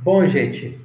Bom, gente,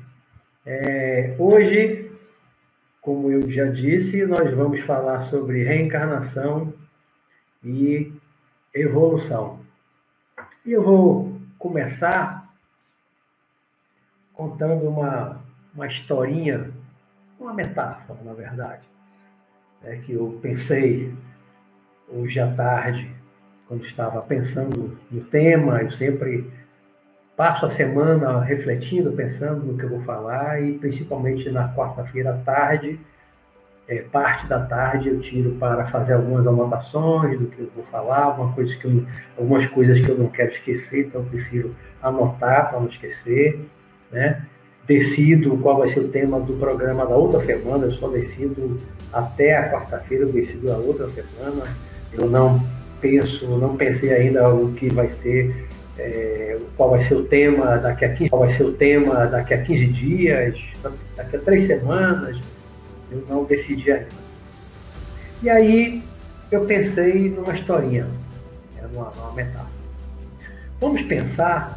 hoje, como eu já disse, nós vamos falar sobre reencarnação e evolução. E eu vou começar contando uma historinha, uma metáfora, na verdade, que eu pensei hoje à tarde, quando estava pensando no tema. Eu sempre passo a semana refletindo, pensando no que eu vou falar, e principalmente na quarta-feira à tarde, parte da tarde eu tiro para fazer algumas anotações do que eu vou falar, algumas coisas que eu não quero esquecer, então eu prefiro anotar para não esquecer, né? Decido qual vai ser o tema do programa da outra semana. Eu só decido até a quarta-feira, eu decido a outra semana. Eu não pensei ainda o que vai ser, qual vai ser o tema daqui a 15 dias, daqui a 3 semanas. Eu não decidi ainda. E aí eu pensei numa historinha, numa metáfora. Vamos pensar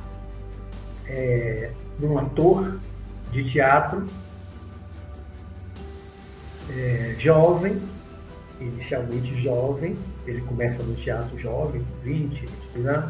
num ator de teatro jovem, inicialmente jovem. Ele começa no teatro jovem, 23 anos.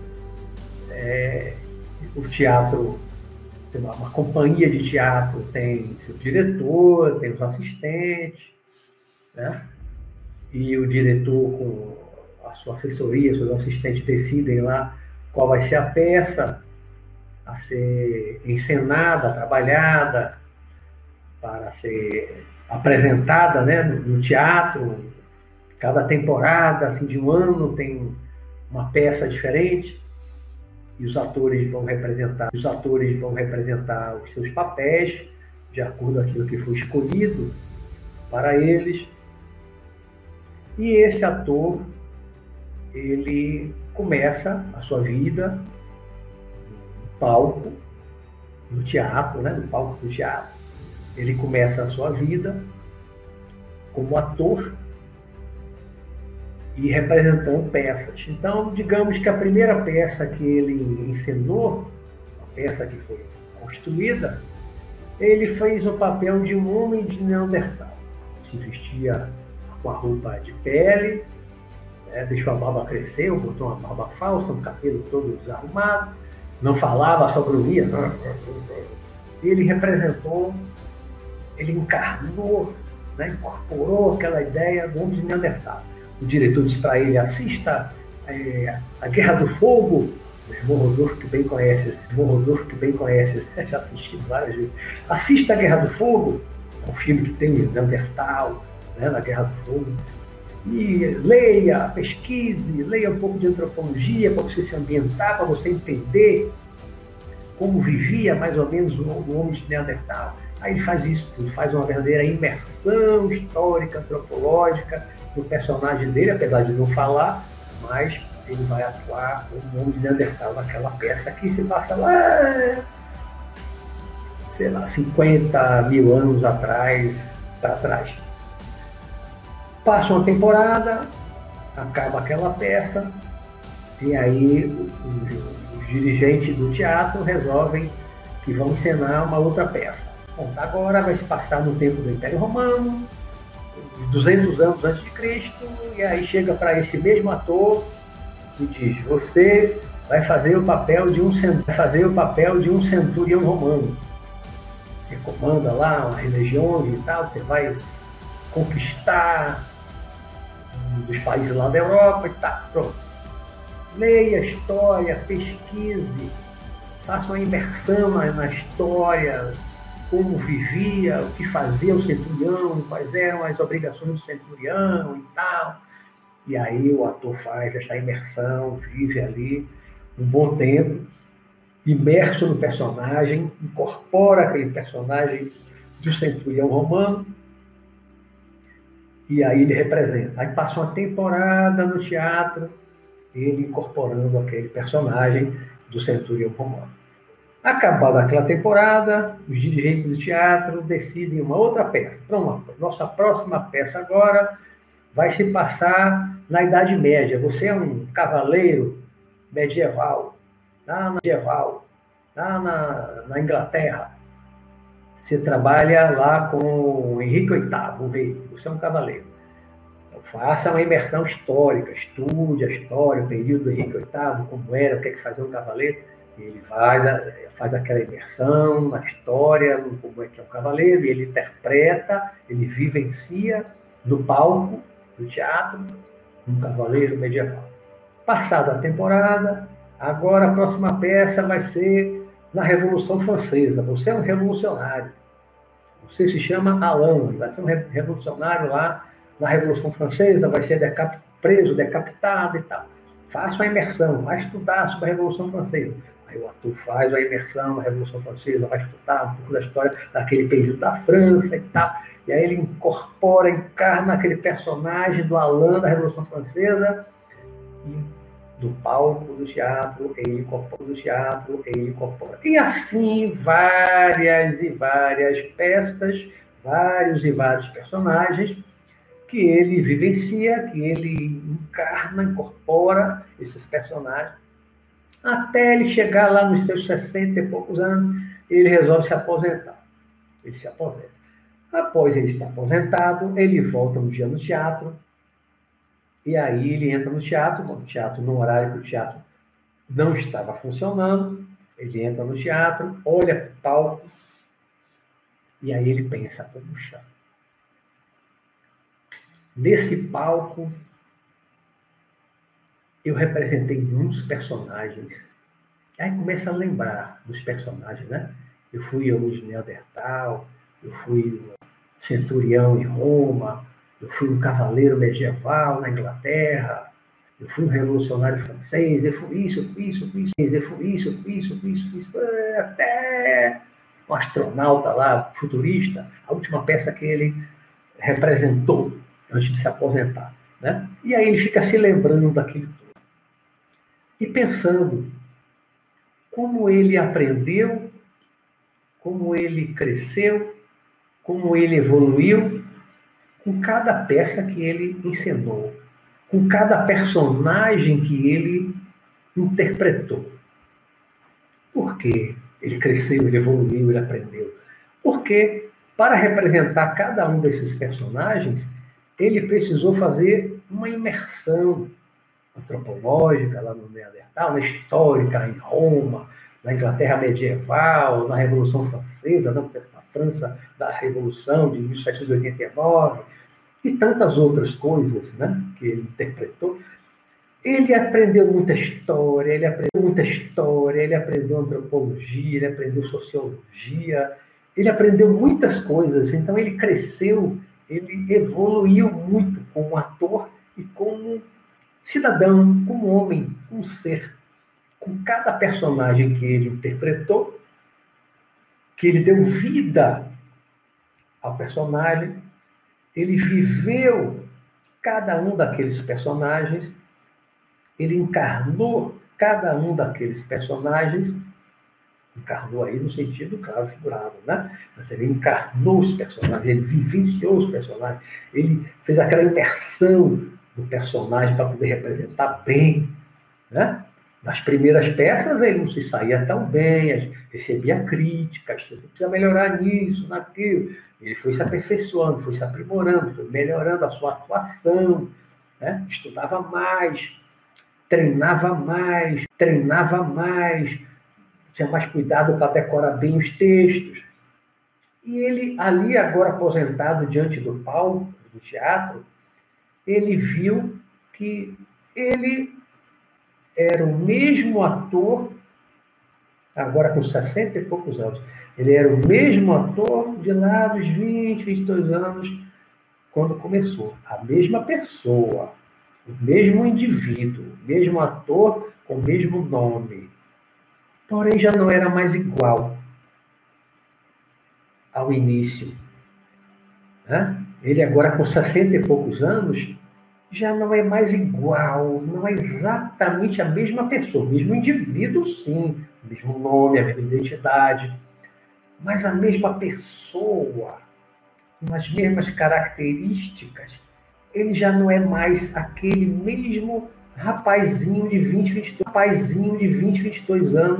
O teatro tem uma companhia de teatro, tem seu diretor, tem os assistentes, né? E o diretor, com a sua assessoria, seus assistentes, decidem lá qual vai ser a peça a ser encenada, trabalhada, para ser apresentada, né, no teatro. Cada temporada, assim, de um ano, tem uma peça diferente. E os atores vão representar os seus papéis de acordo com aquilo que foi escolhido para eles. E esse ator, ele começa a sua vida no palco, no teatro, né? No palco do teatro. Ele começa a sua vida como ator e representando peças. Então, digamos que a primeira peça que ele encenou, a peça que foi construída, ele fez o papel de um homem de Neandertal. Se vestia com a roupa de pele, né, deixou a barba crescer, botou uma barba falsa, um cabelo todo desarrumado, não falava, só grunhia. Ele representou, ele encarnou, né, incorporou aquela ideia do homem de Neandertal. O diretor disse para ele: assista a Guerra do Fogo. O irmão Rodolfo, que bem conhece, já assisti várias vezes. Assista a Guerra do Fogo, é um filme que tem o Neandertal, né, na Guerra do Fogo. E leia, pesquise, leia um pouco de antropologia para você se ambientar, para você entender como vivia mais ou menos o homem de Neandertal. Aí ele faz isso tudo, faz uma verdadeira imersão histórica, antropológica no personagem dele, apesar de não falar, mas ele vai atuar como homem de Neandertal naquela peça que se passa lá, sei lá, 50 mil anos atrás, para trás. Passa uma temporada, acaba aquela peça, e aí os dirigentes do teatro resolvem que vão encenar uma outra peça. Bom, agora vai se passar no tempo do Império Romano, 200 anos antes de Cristo, e aí chega para esse mesmo ator e diz: você vai fazer o papel de um centurião romano. Você comanda lá uma religião e tal, você vai conquistar dos países lá da Europa e tá, pronto. Leia a história, pesquise, faça uma imersão na história, como vivia, o que fazia o centurião, quais eram as obrigações do centurião e tal. E aí o ator faz essa imersão, vive ali um bom tempo, imerso no personagem, incorpora aquele personagem do centurião romano, e aí ele representa. Aí passa uma temporada no teatro, ele incorporando aquele personagem do centurião romano. Acabada aquela temporada, os dirigentes do teatro decidem uma outra peça. Pronto, nossa próxima peça agora vai se passar na Idade Média. Você é um cavaleiro medieval, tá? lá na Inglaterra. Você trabalha lá com o Henrique VIII, o rei, você é um cavaleiro. Então, faça uma imersão histórica, estude a história, o período do Henrique VIII, como era, o que é que fazia um cavaleiro. E ele faz aquela imersão na história, como é que é um cavaleiro, e ele interpreta, ele vivencia no palco do teatro um cavaleiro medieval. Passada a temporada, agora a próxima peça vai ser na Revolução Francesa. Você é um revolucionário. Você se chama Alain, vai ser um revolucionário lá na Revolução Francesa, vai ser preso, decapitado e tal. Faça uma imersão, vai estudar sobre a Revolução Francesa. Aí o ator faz a imersão na Revolução Francesa, vai estudar um pouco da história daquele período da França e tal. E aí ele incorpora, encarna aquele personagem do Alain da Revolução Francesa e do palco do teatro, ele incorpora. E assim, várias e várias peças, vários e vários personagens que ele vivencia, que ele encarna, incorpora esses personagens, até ele chegar lá nos seus 60 e poucos anos, ele resolve se aposentar. Ele se aposenta. Após ele estar aposentado, ele volta um dia no teatro, e aí ele entra no teatro, no horário que o teatro não estava funcionando, ele entra no teatro, olha para o palco, e aí ele pensa, puxa, nesse palco eu representei muitos personagens. Aí começa a lembrar dos personagens, né? Eu fui o de Neandertal, eu fui o centurião em Roma, eu fui um cavaleiro medieval na Inglaterra, eu fui um revolucionário francês, eu fui isso, até um astronauta lá, futurista, a última peça que ele representou antes de se aposentar, né? E aí ele fica se lembrando daquilo tudo. E pensando como ele aprendeu, como ele cresceu, como ele evoluiu com cada peça que ele encenou, com cada personagem que ele interpretou. Por que ele cresceu, ele evoluiu, ele aprendeu? Porque, para representar cada um desses personagens, ele precisou fazer uma imersão antropológica lá no Neandertal, na histórica em Roma, na Inglaterra medieval, na Revolução Francesa, na França da Revolução de 1789, e tantas outras coisas, né, que ele interpretou. Ele aprendeu muita história, ele aprendeu antropologia, ele aprendeu sociologia, ele aprendeu muitas coisas. Então ele cresceu, ele evoluiu muito como ator e como cidadão, como homem, como ser. Com cada personagem que ele interpretou, que ele deu vida ao personagem, ele viveu cada um daqueles personagens, ele encarnou cada um daqueles personagens, encarnou aí no sentido, claro, figurado, né? Mas ele encarnou os personagens, ele vivenciou os personagens, ele fez aquela imersão do personagem para poder representar bem, né? Nas primeiras peças ele não se saía tão bem, recebia críticas, precisa melhorar nisso, naquilo. Ele foi se aperfeiçoando, foi se aprimorando, foi melhorando a sua atuação, né? Estudava mais, treinava mais, tinha mais cuidado para decorar bem os textos. E ele, ali agora aposentado diante do palco, do teatro, ele viu que ele era o mesmo ator, agora com 60 e poucos anos, ele era o mesmo ator de lá dos 20, 22 anos, quando começou. A mesma pessoa, o mesmo indivíduo, o mesmo ator com o mesmo nome. Porém, já não era mais igual ao início. Né? Ele agora com 60 e poucos anos, já não é mais igual, não é exatamente a mesma pessoa, o mesmo indivíduo, sim, o mesmo nome, a mesma identidade, mas a mesma pessoa, com as mesmas características. Ele já não é mais aquele mesmo rapazinho de 20, 22 anos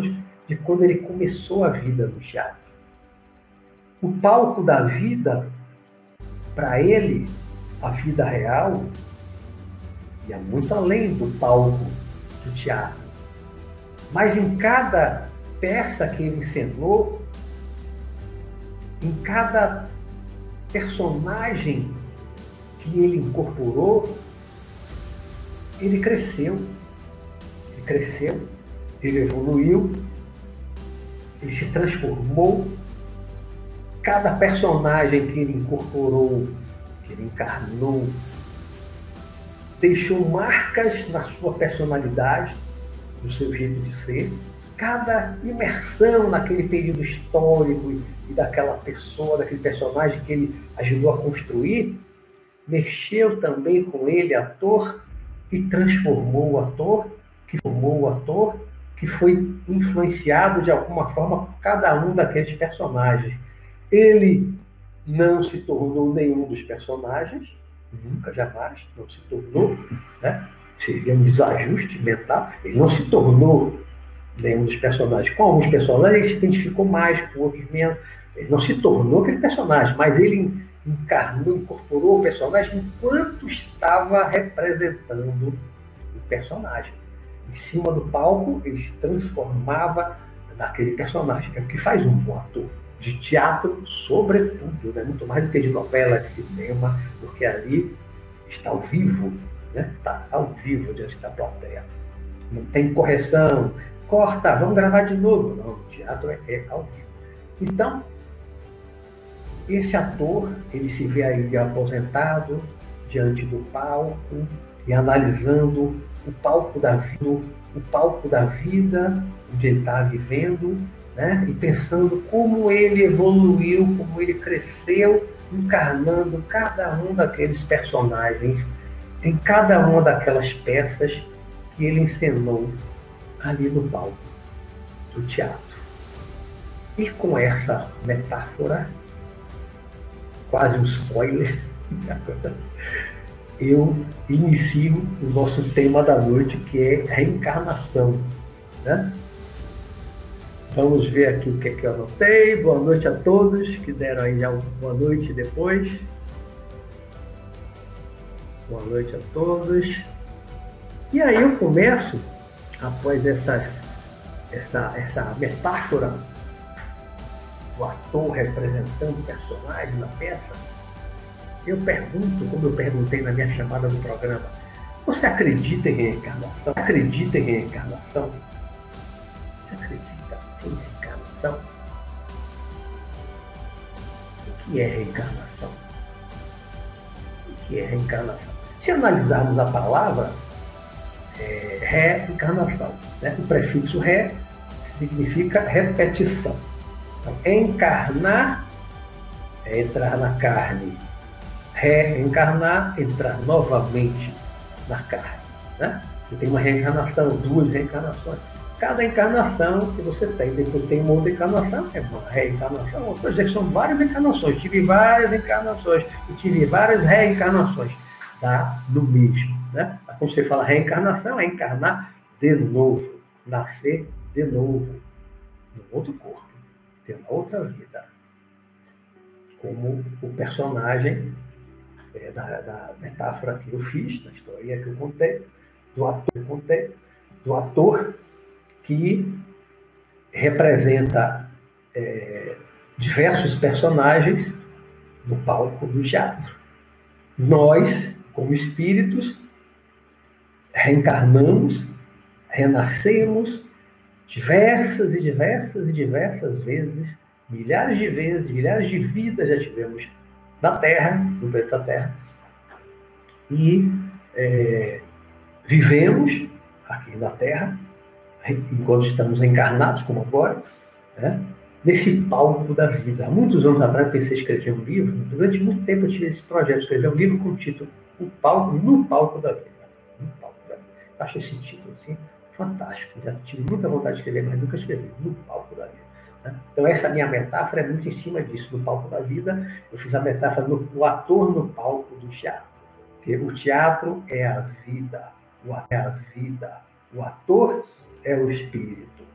de quando ele começou a vida no teatro. O palco da vida, para ele, a vida real, ia muito além do palco do teatro. Mas em cada peça que ele encenou, em cada personagem que ele incorporou, ele cresceu. Ele cresceu, ele evoluiu, ele se transformou. Cada personagem que ele incorporou, que ele encarnou, deixou marcas na sua personalidade, no seu jeito de ser. Cada imersão naquele período histórico e daquela pessoa, daquele personagem que ele ajudou a construir, mexeu também com ele, ator, e transformou o ator, que formou o ator, que foi influenciado de alguma forma por cada um daqueles personagens. Ele não se tornou nenhum dos personagens, nunca, jamais, não se tornou, né? Seria um desajuste mental. Ele não se tornou nenhum dos personagens. Com alguns personagens ele se identificou mais, com outros menos. Ele não se tornou aquele personagem, mas ele encarnou, incorporou o personagem enquanto estava representando o personagem. Em cima do palco, ele se transformava naquele personagem. É o que faz um bom ator. De teatro, sobretudo, né? Muito mais do que de novela, de cinema, porque ali está ao vivo, né? Está ao vivo diante da plateia. Não tem correção, corta, vamos gravar de novo. Não, o teatro é ao vivo. Então, esse ator, ele se vê aí aposentado diante do palco e analisando o palco da vida, onde ele está vivendo, né? E pensando como ele evoluiu, como ele cresceu, encarnando cada um daqueles personagens, em cada uma daquelas peças que ele encenou ali no palco do teatro. E com essa metáfora, quase um spoiler, eu inicio o nosso tema da noite, que é reencarnação, né? Vamos ver aqui o que é que eu anotei. Boa noite a todos que deram aí já boa noite depois. Boa noite a todos. E aí eu começo, após essa metáfora, o ator representando o personagem na peça, eu pergunto, como eu perguntei na minha chamada do programa, você acredita em reencarnação? Acredita em reencarnação? Você acredita em reencarnação? O que é reencarnação? O que é reencarnação? Se analisarmos a palavra, reencarnação, né? O prefixo ré significa repetição. Então, encarnar é entrar na carne. Reencarnar, entrar novamente na carne, né? Você tem uma reencarnação, duas reencarnações. Cada encarnação que você tem, depois tem uma outra encarnação, é uma reencarnação. Ou seja, são várias encarnações. Tive várias encarnações e tive várias reencarnações. Dá no mesmo, né? Quando você fala reencarnação, é encarnar de novo, nascer de novo, num outro corpo, ter uma outra vida. Como o personagem da metáfora que eu fiz, da história que eu contei, do ator que representa diversos personagens no palco do teatro. Nós, como espíritos, reencarnamos, renascemos diversas e diversas e diversas vezes, milhares de vezes, milhares de vidas já tivemos na Terra, no planeta Terra, e vivemos aqui na Terra, enquanto estamos encarnados, como agora, né, nesse palco da vida. Há muitos anos atrás eu pensei em escrever um livro, durante muito tempo eu tive esse projeto de escrever um livro com o título No Palco da Vida. No Palco da Vida. Eu acho esse título assim fantástico, já tive muita vontade de escrever, mas nunca escrevi, No Palco da Vida. Então essa minha metáfora é muito em cima disso, no palco da vida. Eu fiz a metáfora do ator no palco do teatro, porque o teatro é a vida, o ator é o espírito.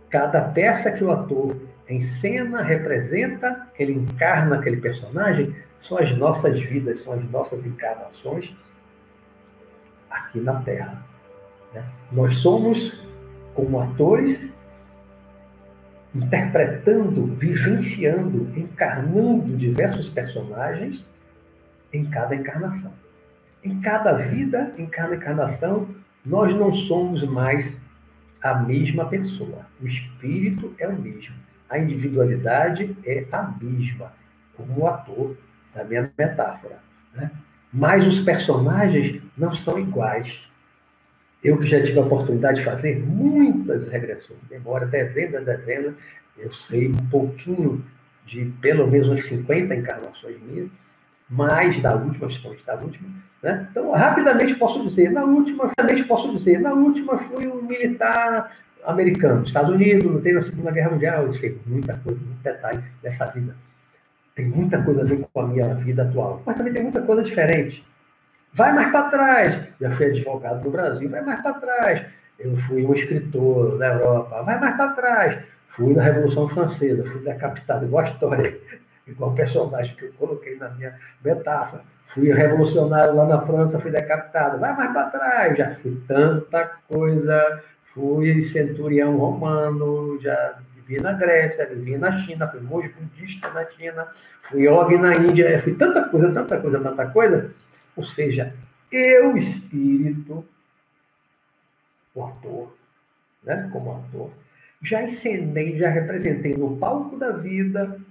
Cada peça que o ator encena, representa, que ele encarna aquele personagem, são as nossas vidas, são as nossas encarnações aqui na Terra. Né? Nós somos, como atores, interpretando, vivenciando, encarnando diversos personagens em cada encarnação. Em cada vida, em cada encarnação, nós não somos mais a mesma pessoa. O espírito é o mesmo. A individualidade é a mesma, como o ator da minha metáfora. Né? Mas os personagens não são iguais. Eu que já tive a oportunidade de fazer muitas regressões de memória, dezenas, eu sei um pouquinho de pelo menos umas 50 encarnações minhas, mais da última, né? Então, rapidamente posso dizer, na última fui um militar americano, Estados Unidos, lutei na Segunda Guerra Mundial, eu sei muita coisa, muito detalhe dessa vida. Tem muita coisa a ver com a minha vida atual, mas também tem muita coisa diferente. Vai mais para trás, já fui advogado no Brasil, vai mais para trás. Eu fui um escritor na Europa, vai mais para trás. Fui na Revolução Francesa, fui decapitado, igual a história, igual o personagem que eu coloquei na minha metáfora. Fui revolucionário lá na França, fui decapitado, vai mais para trás. Já fui tanta coisa, fui centurião romano, já vivi na Grécia, vivi na China, fui monge budista na China, fui yogi na Índia, fui tanta coisa. Ou seja, eu, espírito, o ator, né, como ator, já encenei, já representei no palco da vida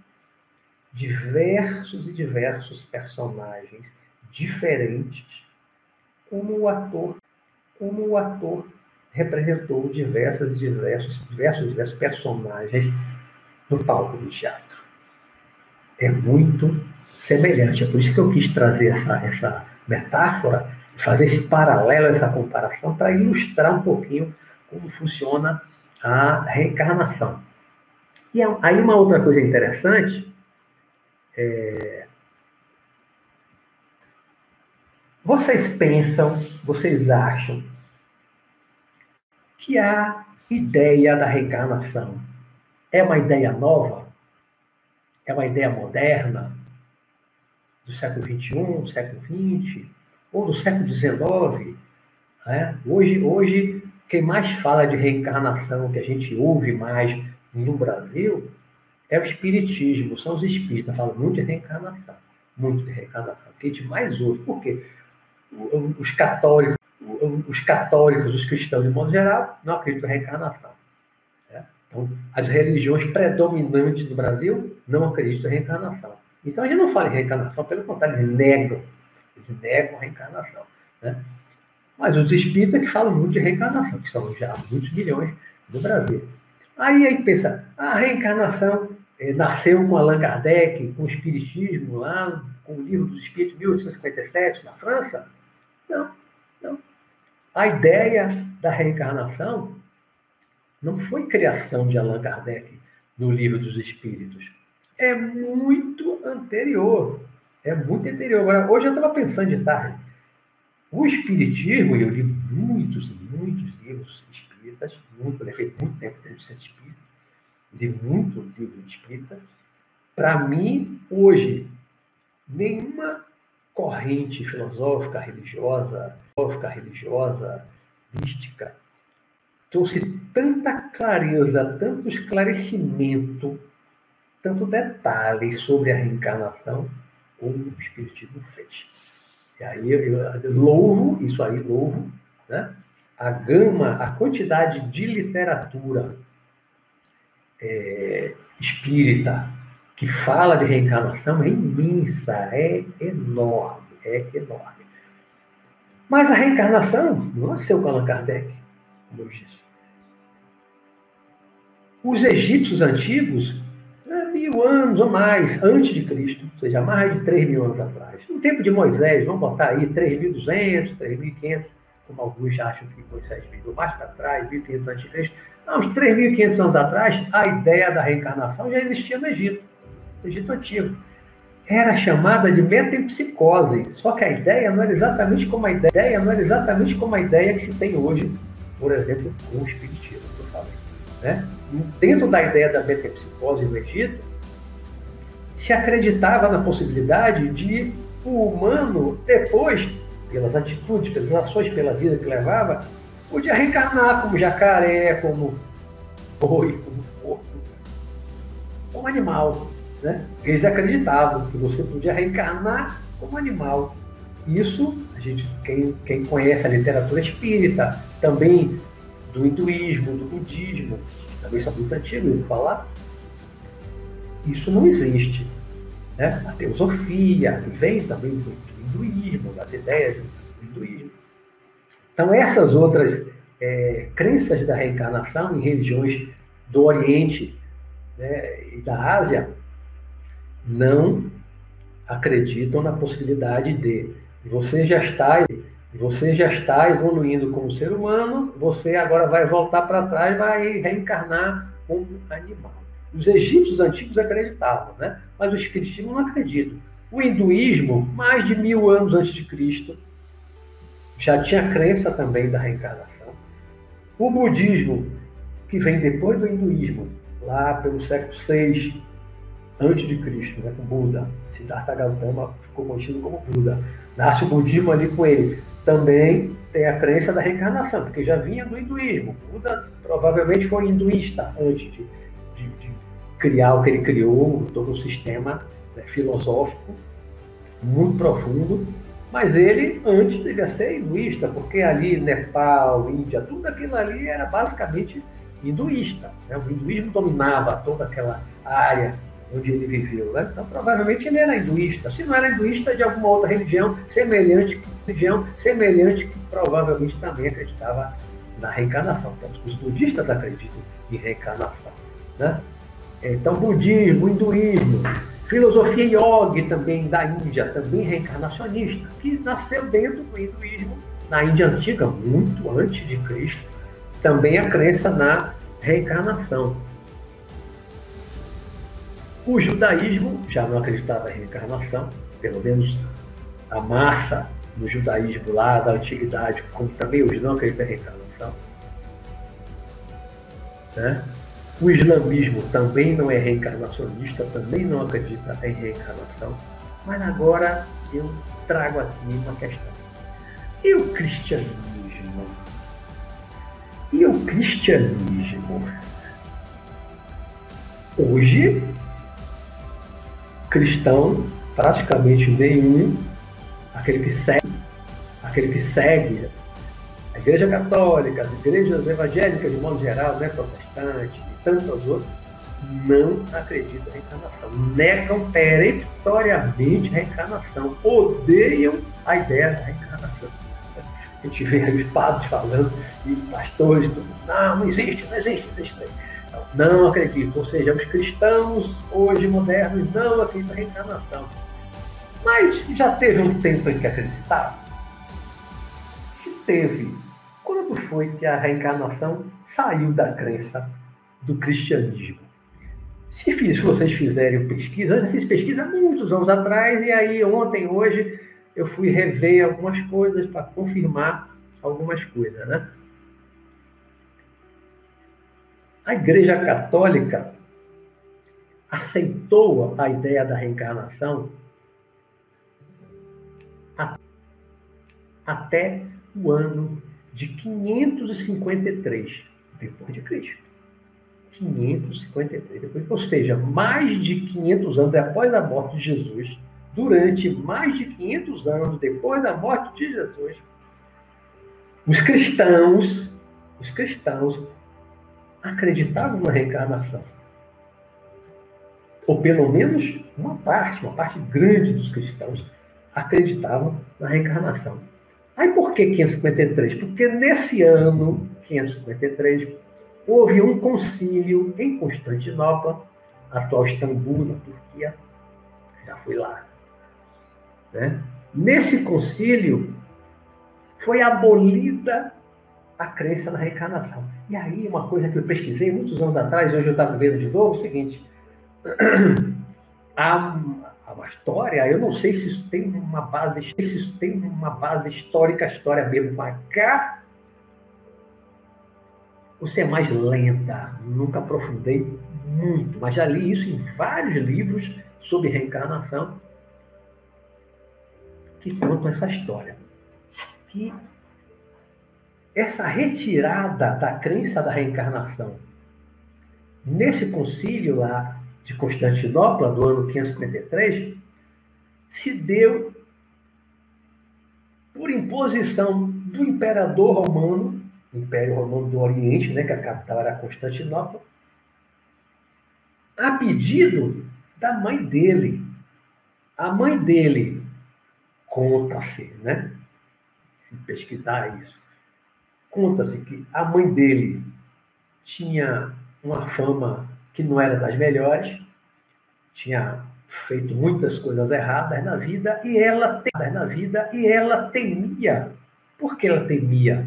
diversos personagens diferentes, como o ator representou diversos personagens no palco do teatro. É muito semelhante. É por isso que eu quis trazer essa metáfora, fazer esse paralelo, essa comparação, para ilustrar um pouquinho como funciona a reencarnação. E aí uma outra coisa interessante vocês pensam, vocês acham que a ideia da reencarnação é uma ideia nova? É uma ideia moderna? Do século XXI, século XX, ou do século XIX? Né? Hoje, quem mais fala de reencarnação, que a gente ouve mais no Brasil, é o espiritismo, são os espíritas, falam muito de reencarnação. Que a gente mais ouve. Por quê? Os católicos, os cristãos, de modo geral, não acreditam em reencarnação. Né? Então, as religiões predominantes do Brasil não acreditam em reencarnação. Então, a gente não fala em reencarnação, pelo contrário, eles negam a reencarnação. Né? Mas os espíritas que falam muito de reencarnação, que são já muitos milhões no Brasil. Aí pensa, a reencarnação nasceu com Allan Kardec, com o espiritismo lá, com o Livro dos Espíritos, 1857, na França? Não. A ideia da reencarnação não foi criação de Allan Kardec no Livro dos Espíritos. É muito anterior. Agora, hoje eu estava pensando de tarde. O Espiritismo, eu li muitos livros espíritas, levei muito tempo dentro do centro espírita, li muito livro espírita. Para mim, hoje, nenhuma corrente filosófica, religiosa, mística, trouxe tanta clareza, tanto esclarecimento, tanto detalhes sobre a reencarnação como o Espiritismo fez. E aí eu louvo, né? A gama, a quantidade de literatura espírita que fala de reencarnação é imensa, é enorme. Mas a reencarnação não nasceu com Allan Kardec, como eu disse. Os egípcios antigos, 1000 anos ou mais antes de Cristo, ou seja, mais de 3.000 anos atrás. No tempo de Moisés, vamos botar aí 3.200, 3.500, como alguns acham que Moisés viveu mais para trás, 1.500 antes de Cristo. Não, uns 3.500 anos atrás, a ideia da reencarnação já existia no Egito Antigo. Era chamada de metempsicose, só que a ideia não era exatamente como a ideia que se tem hoje, por exemplo, com o Espiritismo, que eu falei. né? Dentro da ideia da metempsicose no Egito, se acreditava na possibilidade de o humano, depois, pelas atitudes, pelas ações, pela vida que levava, podia reencarnar como jacaré, como boi, como porco, como animal, né? Eles acreditavam que você podia reencarnar como animal. Isso, quem conhece a literatura espírita, também do hinduísmo, do budismo, que também são muito antigos de falar, isso não existe, né? A teosofia, que vem também do hinduísmo, das ideias do hinduísmo. Então, essas outras crenças da reencarnação em religiões do Oriente, né, e da Ásia não acreditam na possibilidade de você já está evoluindo como ser humano, você agora vai voltar para trás e vai reencarnar como animal. Os egípcios antigos acreditavam, né? Mas o espiritismo não acredita. O hinduísmo, mais de 1000 anos antes de Cristo, já tinha crença também da reencarnação. O budismo, que vem depois do hinduísmo, lá pelo século VI antes de Cristo, né, com Buda, Siddhartha Gautama ficou conhecido como Buda. Nasce o budismo ali com ele. Também tem a crença da reencarnação, porque já vinha do hinduísmo. Buda provavelmente foi hinduísta antes de criar o que ele criou, todo um sistema, né, filosófico muito profundo, mas ele antes devia ser hinduísta, porque ali Nepal, Índia, tudo aquilo ali era basicamente hinduísta, né? O hinduísmo dominava toda aquela área onde ele viveu, né? Então provavelmente ele era hinduísta. Se não era hinduísta, de alguma outra religião semelhante que provavelmente também acreditava na reencarnação. Tanto que os budistas acreditam em reencarnação, né? Então budismo, hinduísmo, filosofia yogi também da Índia, também reencarnacionista, que nasceu dentro do hinduísmo, na Índia antiga, muito antes de Cristo, também a crença na reencarnação. O judaísmo já não acreditava em reencarnação, pelo menos a massa no judaísmo lá da antiguidade, como também hoje não acredita em reencarnação, né? O islamismo também não é reencarnacionista, também não acredita em reencarnação. Mas agora eu trago aqui uma questão. E o cristianismo? Hoje, cristão, praticamente nenhum, aquele que segue a Igreja Católica, as igrejas evangélicas de modo geral, né, protestantes, tantas outras, não acreditam em reencarnação. Negam peremptoriamente a reencarnação. Odeiam a ideia da reencarnação. A gente vê os padres falando, e pastores, não existe. Não acreditam. Ou seja, os cristãos, hoje modernos, não acreditam em reencarnação. Mas já teve um tempo em que acreditavam? Se teve, quando foi que a reencarnação saiu da crença do cristianismo? Se vocês fizerem pesquisa, eu fiz pesquisa há muitos anos atrás, e aí hoje, eu fui rever algumas coisas para confirmar algumas coisas, né? A Igreja Católica aceitou a ideia da reencarnação até o ano de 553 depois de Cristo. 553 depois, ou seja, mais de 500 anos após a morte de Jesus, durante mais de 500 anos depois da morte de Jesus, os cristãos acreditavam na reencarnação. Ou pelo menos uma parte grande dos cristãos acreditavam na reencarnação. Aí por que 553? Porque nesse ano, 553, houve um concílio em Constantinopla, atual Istambul, na Turquia. Já fui lá, né? Nesse concílio foi abolida a crença na reencarnação. E aí, uma coisa que eu pesquisei muitos anos atrás, hoje eu estava vendo de novo, é o seguinte: há uma história, eu não sei se isso tem uma base, histórica, história mesmo para cá, ou se é mais lenta. Nunca aprofundei muito, mas já li isso em vários livros sobre reencarnação que contam essa história. Que essa retirada da crença da reencarnação nesse concílio lá de Constantinopla, do ano 553, se deu por imposição do imperador romano, o Império Romano do Oriente, né, que a capital era Constantinopla, a pedido da mãe dele. A mãe dele, conta-se, né? Se pesquisar isso, conta-se que a mãe dele tinha uma fama que não era das melhores, tinha feito muitas coisas erradas na vida e ela temia. Por que ela temia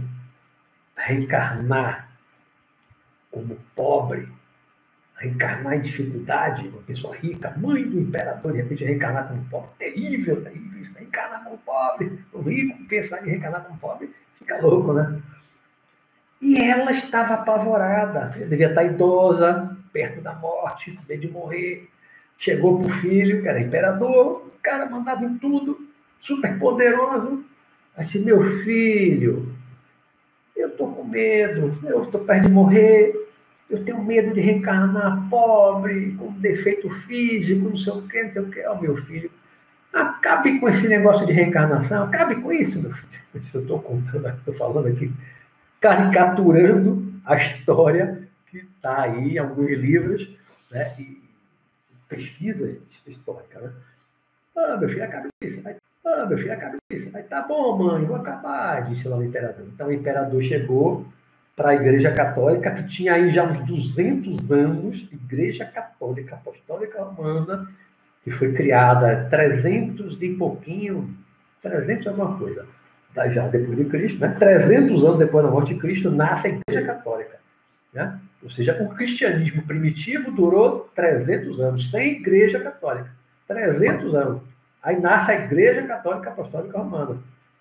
reencarnar como pobre, reencarnar em dificuldade, uma pessoa rica, mãe do imperador, de repente reencarnar como pobre? Terrível, terrível isso, reencarnar como pobre. O rico pensar em reencarnar como pobre fica louco, né? E ela estava apavorada, ela devia estar idosa, perto da morte, com medo de morrer. Chegou para o filho, que era imperador, o cara mandava em tudo, super poderoso. Assim, meu filho, eu estou com medo, eu estou perto de morrer, eu tenho medo de reencarnar pobre, com defeito físico, não sei o quê, não sei o quê. Ó, meu filho, acabe com esse negócio de reencarnação, acabe com isso, meu filho. Isso eu estou contando, estou falando aqui, caricaturando a história que está aí em alguns livros, né, e pesquisas históricas, né? Meu filho, acabe com isso. Meu filho, acabe com isso. Aí, tá bom, mãe, vou acabar, disse lá o imperador. Então, o imperador chegou para a Igreja Católica, que tinha aí já uns 200 anos, Igreja Católica Apostólica Romana, que foi criada 300 e pouquinho, 300 alguma coisa, já depois de Cristo, né? 300 anos depois da morte de Cristo, nasce a Igreja Católica, né? Ou seja, o cristianismo primitivo durou 300 anos, sem Igreja Católica. 300 anos. Aí nasce a Igreja Católica Apostólica Romana.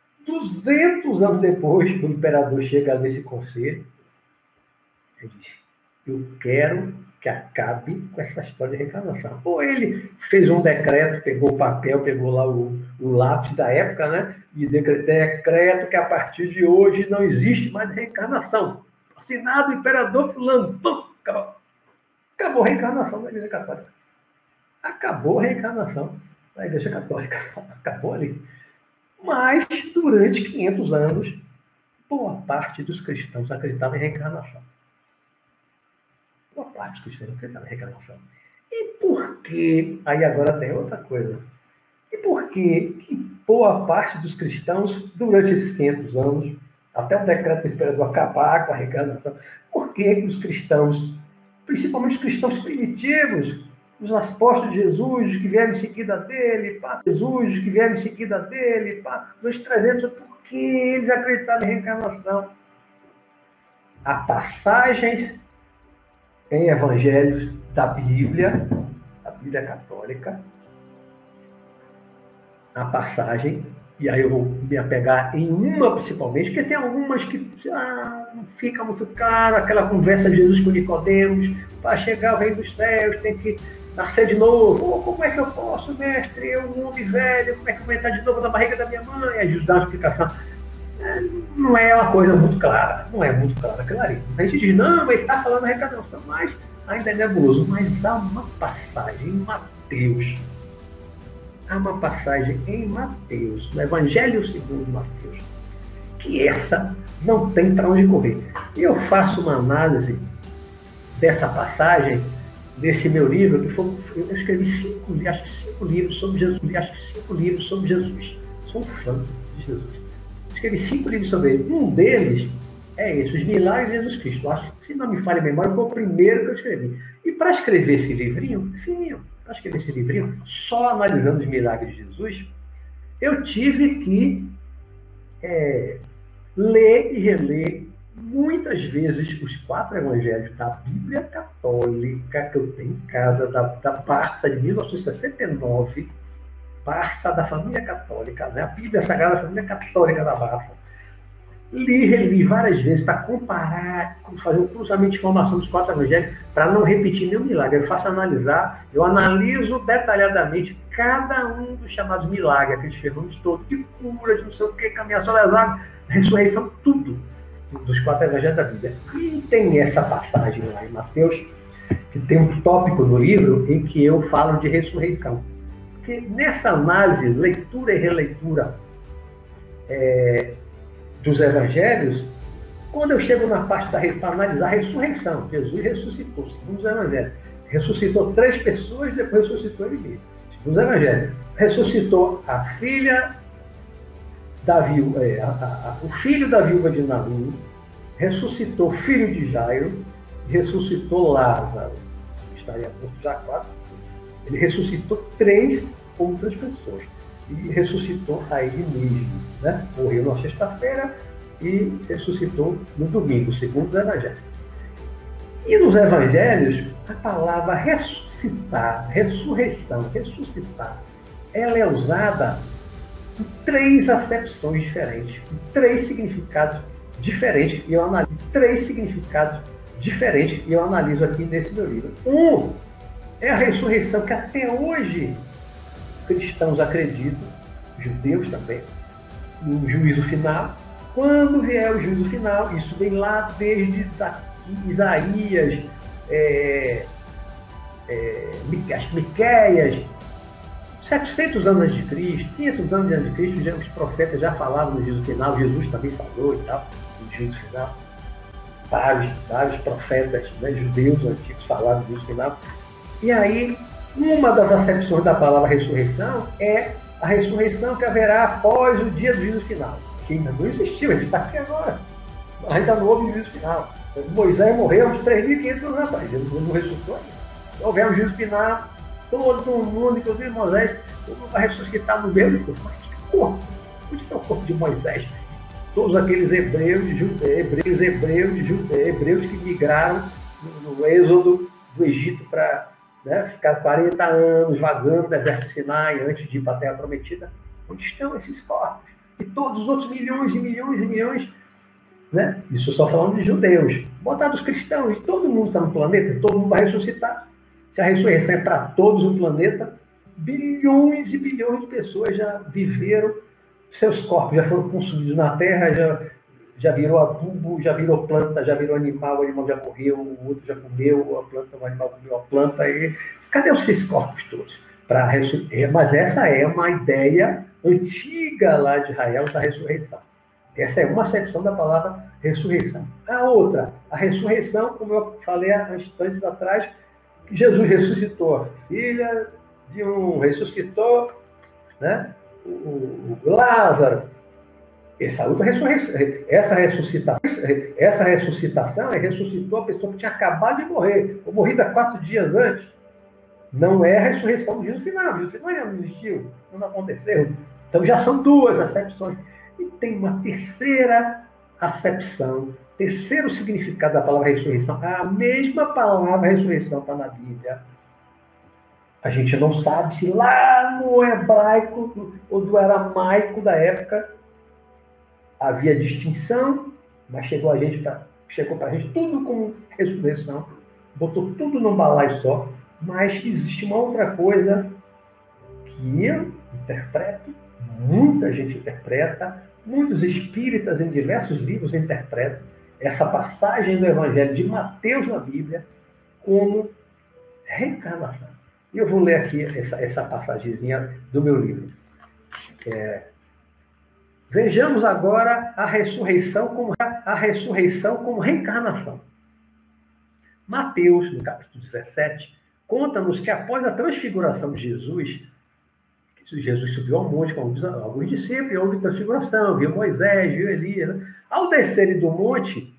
200 anos depois, o imperador chega nesse conselho e diz: eu quero que acabe com essa história de reencarnação. Ou ele fez um decreto, pegou o papel, pegou lá o lápis da época, né? E decreto que a partir de hoje não existe mais reencarnação. Assinado o imperador fulano. Pum, acabou. Acabou a reencarnação da Igreja Católica. Acabou a reencarnação da Igreja Católica. Acabou ali. Mas, durante 500 anos, boa parte dos cristãos acreditava em reencarnação. Boa parte dos cristãos acreditava em reencarnação. E por que? Aí agora tem outra coisa. E por que boa parte dos cristãos, durante esses 500 anos, até o decreto do imperador acabar com a reencarnação, por que os cristãos, principalmente os cristãos primitivos, os apóstolos de Jesus, os que vieram em seguida dele, Jesus, os que vieram em seguida dele, dos 300, porque eles acreditavam em reencarnação? Há passagens em evangelhos da Bíblia católica, a passagem, e aí eu vou me apegar em uma principalmente, porque tem algumas que não fica muito claro, aquela conversa de Jesus com Nicodemos, para chegar ao reino dos céus, tem que nascer de novo. Como é que eu posso, mestre? Eu, um homem velho, como é que eu vou entrar de novo na barriga da minha mãe? Aí Jesus dá uma explicação. Não é uma coisa muito clara, não é muito clara, clarinho. A gente diz, não, ele está falando da reencarnação, mas ainda é nebuloso. Mas há uma passagem em Mateus, no Evangelho segundo Mateus, que essa não tem para onde correr. E eu faço uma análise dessa passagem, desse meu livro, eu escrevi 5 livros sobre Jesus. Sou um fã de Jesus. Escrevi 5 livros sobre ele. Um deles é esse, Os Milagres de Jesus Cristo. Acho que, se não me falha a memória, foi o primeiro que eu escrevi. E para escrever esse livrinho, só analisando os milagres de Jesus, eu tive que ler e reler muitas vezes os 4 evangelhos da Bíblia Católica que eu tenho em casa, da Barça de 1969, Barça da Família Católica, né? A Bíblia Sagrada da Família Católica da Barça. Reli várias vezes para comparar, fazer um cruzamento de informação dos 4 evangelhos, para não repetir nenhum milagre. Eu faço analisar, eu analiso detalhadamente cada um dos chamados milagres, aqueles fenômenos todos, de cura, de não sei o que, caminhar sobre as águas, ressurreição, tudo, dos 4 evangelhos da Bíblia. E tem essa passagem lá em Mateus, que tem um tópico no livro em que eu falo de ressurreição. Porque nessa análise, leitura e releitura dos evangelhos, quando eu chego na parte para analisar a ressurreição, Jesus ressuscitou, segundo os evangelhos. Ressuscitou 3 pessoas, depois ressuscitou ele mesmo. Segundo os evangelhos. Ressuscitou a filha da viúva, o filho da viúva de Naim, ressuscitou o filho de Jairo, ressuscitou Lázaro. Estaria morto já 4. Ele ressuscitou 3 outras pessoas. E ressuscitou a ele mesmo, né? Morreu na sexta-feira e ressuscitou no domingo, segundo os evangelhos. E nos evangelhos, a palavra ressuscitar, ressurreição, ressuscitar, ela é usada em 3 acepções diferentes, em 3 significados diferentes, e eu analiso 3 significados diferentes, e eu analiso aqui nesse meu livro. Um é a ressurreição que até hoje cristãos acreditam, judeus também, no juízo final. Quando vier o juízo final, isso vem lá desde Isaías, Miqueias, 700 anos antes de Cristo, 500 anos antes de Cristo, os profetas já falavam no juízo final, Jesus também falou e tal, no juízo final. Vários profetas, né, judeus antigos falavam no juízo final. E aí, uma das acepções da palavra ressurreição é a ressurreição que haverá após o dia do juízo final. Que ainda não existiu, a gente está aqui agora. Ainda não houve juízo final. Moisés morreu uns 3.500 anos atrás, Jesus não ressuscitou ainda. Se houver um juízo final, todo mundo, inclusive Moisés, vai ressuscitar no mesmo corpo. Mas que corpo? Onde está o corpo de Moisés? Todos aqueles hebreus que migraram no êxodo do Egito para ficar 40 anos vagando no deserto de Sinai antes de ir para a Terra Prometida. Onde estão esses corpos? E todos os outros milhões e milhões e milhões, né? Isso só falando de judeus. Botar dos cristãos, todo mundo está no planeta, todo mundo vai ressuscitar. Se a ressurreição é para todos o planeta, bilhões e bilhões de pessoas já viveram, seus corpos já foram consumidos na Terra, já virou adubo, já virou planta, já virou animal, o animal já morreu, o outro já comeu, a planta, o animal comeu a planta. Cadê os 6 corpos todos? Mas essa é uma ideia antiga lá de Israel da ressurreição. Essa é uma acepção da palavra ressurreição. A outra, a ressurreição, como eu falei antes atrás, que Jesus ressuscitou a filha de um, ressuscitou, né, o Lázaro. Essa ressuscitação ressuscitou a pessoa que tinha acabado de morrer, ou morrida 4 dias antes. Não é a ressurreição do juízo final. O juízo final não existiu, não aconteceu. Então já são 2 acepções. E tem uma terceira acepção, terceiro significado da palavra ressurreição. A mesma palavra ressurreição está na Bíblia. A gente não sabe se lá no hebraico ou do aramaico da época havia distinção, mas chegou para a gente tudo com ressurreição, botou tudo num balaio só, mas existe uma outra coisa que eu interpreto, muita gente interpreta, muitos espíritas em diversos livros interpretam essa passagem do Evangelho de Mateus na Bíblia como reencarnação. E eu vou ler aqui essa passagemzinha do meu livro. Vejamos agora a ressurreição como reencarnação. Mateus, no capítulo 17, conta-nos que após a transfiguração de Jesus subiu ao monte com alguns discípulos, e houve transfiguração, viu Moisés, viu Elias. Né? Ao descerem do monte,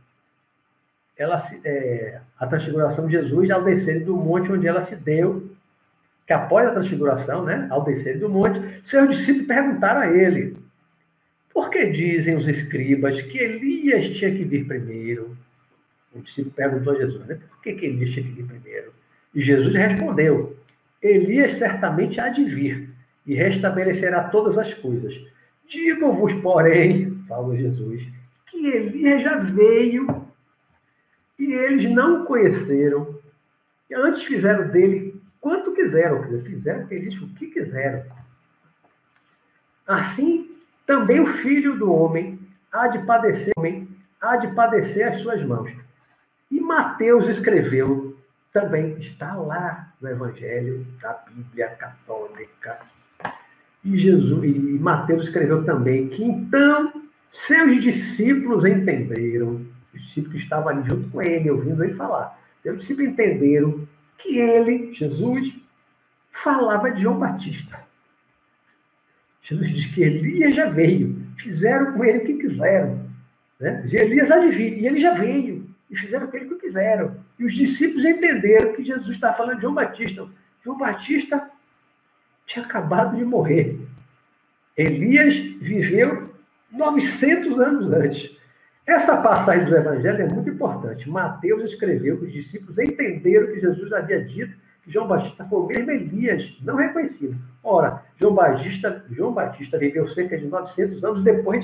a transfiguração de Jesus, ao descerem do monte onde ela se deu, que após a transfiguração, né, ao descerem do monte, seus discípulos perguntaram a ele: por que dizem os escribas que Elias tinha que vir primeiro? O discípulo perguntou a Jesus, né? Por que Elias tinha que vir primeiro? E Jesus respondeu: Elias certamente há de vir e restabelecerá todas as coisas. Digo-vos, porém, falou Jesus, que Elias já veio e eles não o conheceram. E antes fizeram dele quanto quiseram, fizeram com Elias o que quiseram. Assim, também o Filho do Homem há de padecer as suas mãos. E Mateus escreveu, também está lá no Evangelho da Bíblia Católica. E Mateus escreveu também que então seus discípulos entenderam, os discípulos que estavam ali junto com ele, ouvindo ele falar, seus discípulos entenderam que ele, Jesus, falava de João Batista. Jesus diz que Elias já veio, fizeram com ele o que quiseram. Né? Elias há de vir, e ele já veio, e fizeram com ele o que quiseram. E os discípulos entenderam que Jesus estava falando de João Batista. João Batista tinha acabado de morrer. Elias viveu 900 anos antes. Essa passagem do Evangelho é muito importante. Mateus escreveu que os discípulos entenderam que Jesus havia dito que João Batista foi o mesmo Elias, não reconhecido. Ora, João Batista viveu cerca de 900 anos depois de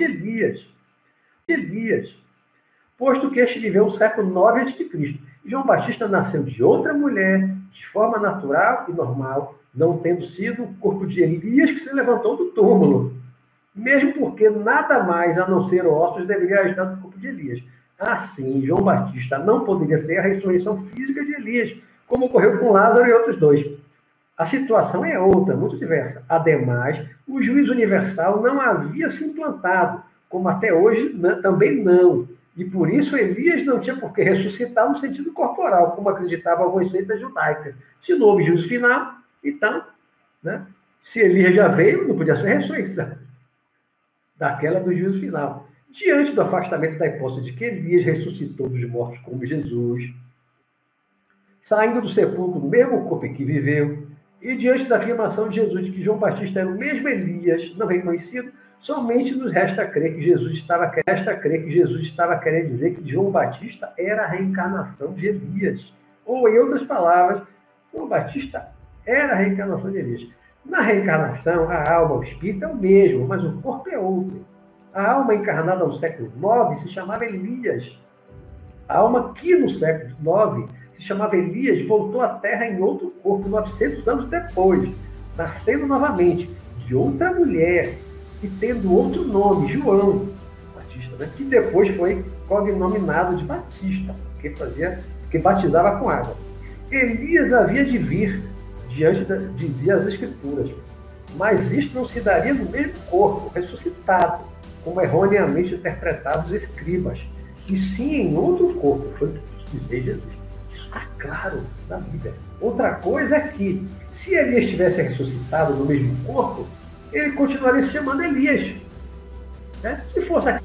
Elias, posto que este viveu no século 9 a.C. João Batista nasceu de outra mulher, de forma natural e normal, não tendo sido o corpo de Elias que se levantou do túmulo, mesmo porque nada mais a não ser ossos deveria ajudar no corpo de Elias. Assim, João Batista não poderia ser a ressurreição física de Elias, como ocorreu com Lázaro e outros dois. A situação é outra, muito diversa. Ademais, o juízo universal não havia se implantado, como até hoje também não. E por isso Elias não tinha por que ressuscitar no sentido corporal, como acreditavam algumas seitas judaicas. Se não houve juízo final, então, né, se Elias já veio, não podia ser ressurreição daquela do juízo final. Diante do afastamento da hipótese de que Elias ressuscitou dos mortos como Jesus, saindo do sepulcro no mesmo corpo em que viveu, e diante da afirmação de Jesus de que João Batista era o mesmo Elias, não reconhecido, somente nos resta crer que Jesus estava querendo dizer que João Batista era a reencarnação de Elias. Ou, em outras palavras, João Batista era a reencarnação de Elias. Na reencarnação, a alma, o espírito é o mesmo, mas o corpo é outro. A alma encarnada no século IX se chamava Elias. A alma que no século IX se chamava Elias voltou à Terra em outro corpo 900 anos depois, nascendo novamente de outra mulher e tendo outro nome, João Batista, né? Que depois foi cognominado de Batista, porque batizava com água. Elias havia de vir, dizia as Escrituras, mas isto não se daria no mesmo corpo, ressuscitado, como erroneamente interpretados os escribas, e sim em outro corpo, foi o que dizer Jesus. Isso está claro na Bíblia. Outra coisa é que, se Elias tivesse ressuscitado no mesmo corpo, ele continuaria se chamando Elias. Né? Se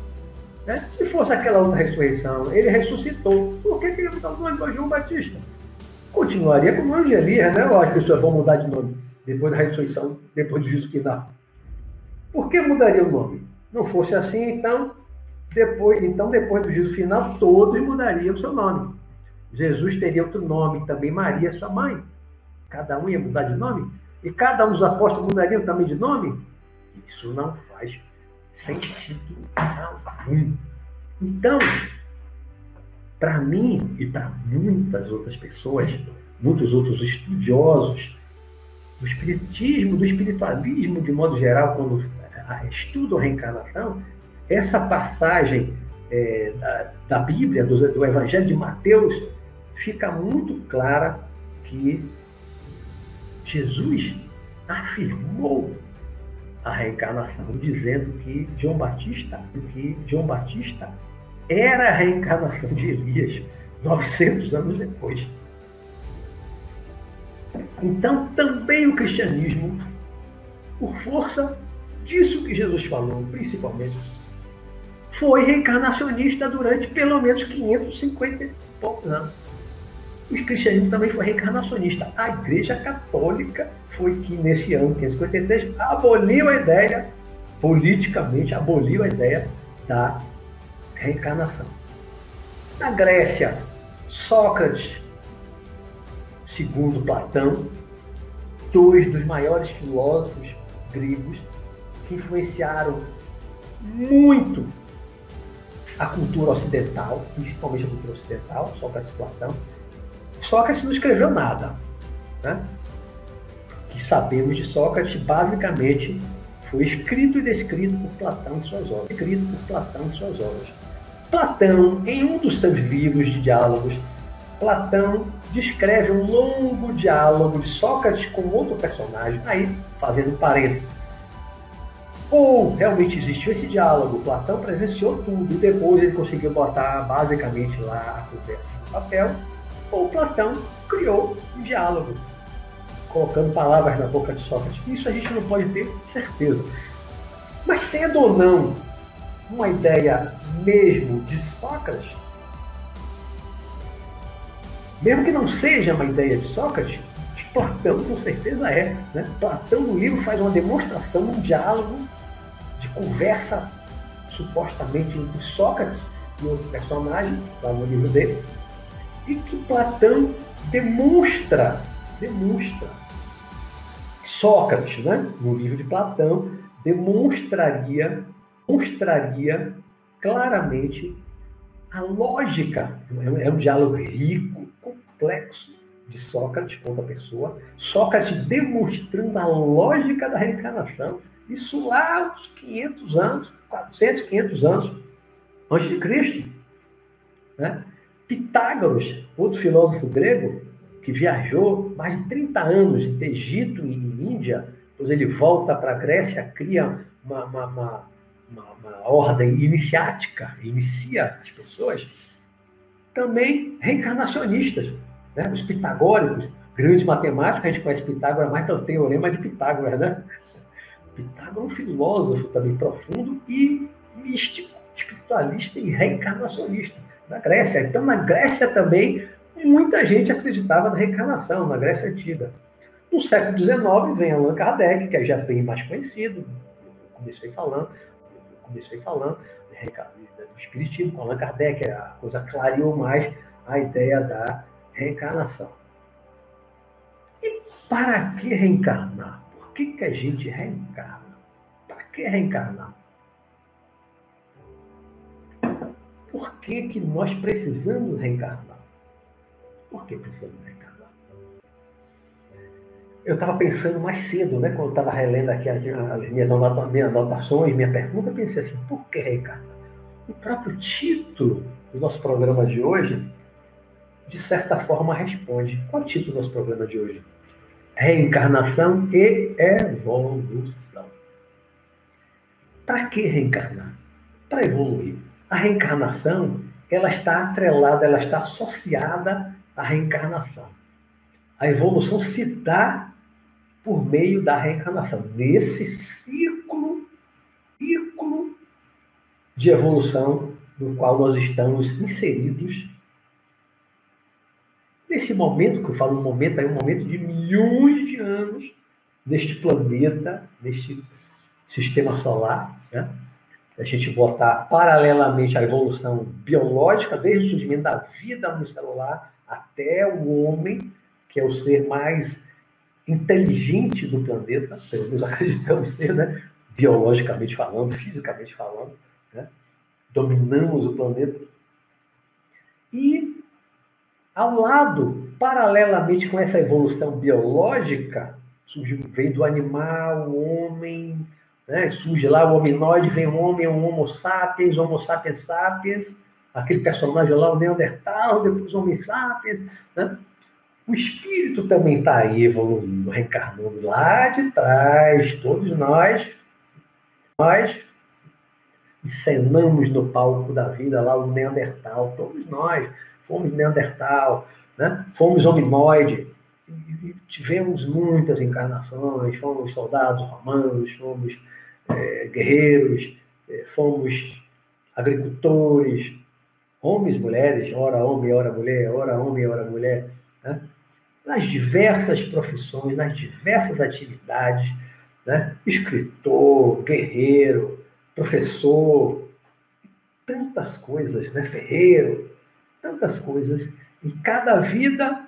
fosse aquela outra ressurreição, ele ressuscitou. Por que ele ia mudar o nome para João Batista? Continuaria com o nome de Elias, né? Ou as pessoas vão mudar de nome depois da ressurreição, depois do juízo final. Por que mudaria o nome? Não fosse assim, então depois do juízo final, todos mudariam o seu nome. Jesus teria outro nome, também Maria, sua mãe. Cada um ia mudar de nome. E cada um dos apóstolos mudariam também de nome. Isso não faz sentido algum. Então, para mim e para muitas outras pessoas, muitos outros estudiosos do espiritismo, do espiritualismo de modo geral, quando estudam a reencarnação, essa passagem da Bíblia, do Evangelho de Mateus, fica muito clara que Jesus afirmou a reencarnação, dizendo que João Batista era a reencarnação de Elias 900 anos depois. Então, também o cristianismo, por força disso que Jesus falou, principalmente, foi reencarnacionista durante pelo menos 550 e poucos anos. O cristianismo também foi reencarnacionista. A Igreja Católica foi que, nesse ano 553, aboliu a ideia, politicamente, aboliu a ideia da reencarnação. Na Grécia, Sócrates, segundo Platão, dois dos maiores filósofos gregos que influenciaram muito a cultura ocidental, principalmente a cultura ocidental, Sócrates e Platão. Sócrates não escreveu nada, né? O que sabemos de Sócrates, basicamente, foi escrito e descrito por Platão em suas obras. Platão, em um dos seus livros de diálogos, Platão descreve um longo diálogo de Sócrates com outro personagem, aí fazendo parênteses. Ou realmente existiu esse diálogo, Platão presenciou tudo e depois ele conseguiu botar basicamente lá a conversa no papel, ou Platão criou um diálogo, colocando palavras na boca de Sócrates. Isso a gente não pode ter certeza. Mas sendo ou não uma ideia mesmo de Sócrates, mesmo que não seja uma ideia de Sócrates, de Platão com certeza é. Né? Platão no livro faz uma demonstração, um diálogo de conversa supostamente entre Sócrates e outro personagem, lá no livro dele, e que Platão demonstra Sócrates, né, no livro de Platão, demonstraria claramente a lógica. É um diálogo rico, complexo, de Sócrates com outra pessoa. Sócrates demonstrando a lógica da reencarnação. Isso lá uns 500 anos, 400, 500 anos antes de Cristo. Né? Pitágoras, outro filósofo grego, que viajou mais de 30 anos entre Egito e Índia, depois ele volta para a Grécia, cria uma ordem iniciática, inicia as pessoas, também reencarnacionistas. Né? Os pitagóricos, grandes matemáticos, a gente conhece Pitágoras mais pelo teorema de Pitágoras, né? Pitágoras é um filósofo também profundo e místico, espiritualista e reencarnacionista da Grécia. Então, na Grécia também, muita gente acreditava na reencarnação, na Grécia Antiga. No século XIX vem Allan Kardec, que é já bem mais conhecido. Eu comecei falando do espiritismo com Allan Kardec, a coisa clareou mais a ideia da reencarnação. E para que reencarnar? Por que a gente reencarna? Para que reencarnar? Por que nós precisamos reencarnar? Por que precisamos reencarnar? Eu estava pensando mais cedo, né, quando eu estava relendo aqui as minhas anotações, minha pergunta, eu pensei assim, por que reencarnar? O próprio título do nosso programa de hoje, de certa forma, responde. Qual é o título do nosso programa de hoje? Reencarnação e evolução. Para que reencarnar? Para evoluir. A reencarnação, ela está atrelada, ela está associada à reencarnação. A evolução se dá por meio da reencarnação. Nesse ciclo de evolução no qual nós estamos inseridos. Nesse momento, que eu falo um momento, é um momento de milhões de anos neste planeta, neste sistema solar, né? A gente botar paralelamente a evolução biológica, desde o surgimento da vida unicelular até o homem, que é o ser mais inteligente do planeta, pelo menos acreditamos ser, né? Biologicamente falando, fisicamente falando, né? Dominamos o planeta. E, ao lado, paralelamente com essa evolução biológica, vem do animal, o homem, né? Surge lá o hominoide, vem o homem, o Homo sapiens sapiens, aquele personagem lá, o Neandertal, depois o Homo sapiens, né? O espírito também está aí evoluindo, reencarnando lá de trás. Todos nós encenamos no palco da vida lá o Neandertal. Todos nós fomos Neandertal, né? Fomos hominoide. E tivemos muitas encarnações, fomos soldados romanos, fomos guerreiros, fomos agricultores, homens, mulheres, ora homem, ora mulher, ora homem, ora mulher, né? Nas diversas profissões, nas diversas atividades, né? Escritor, guerreiro, professor, tantas coisas, né? Ferreiro, tantas coisas, em cada vida,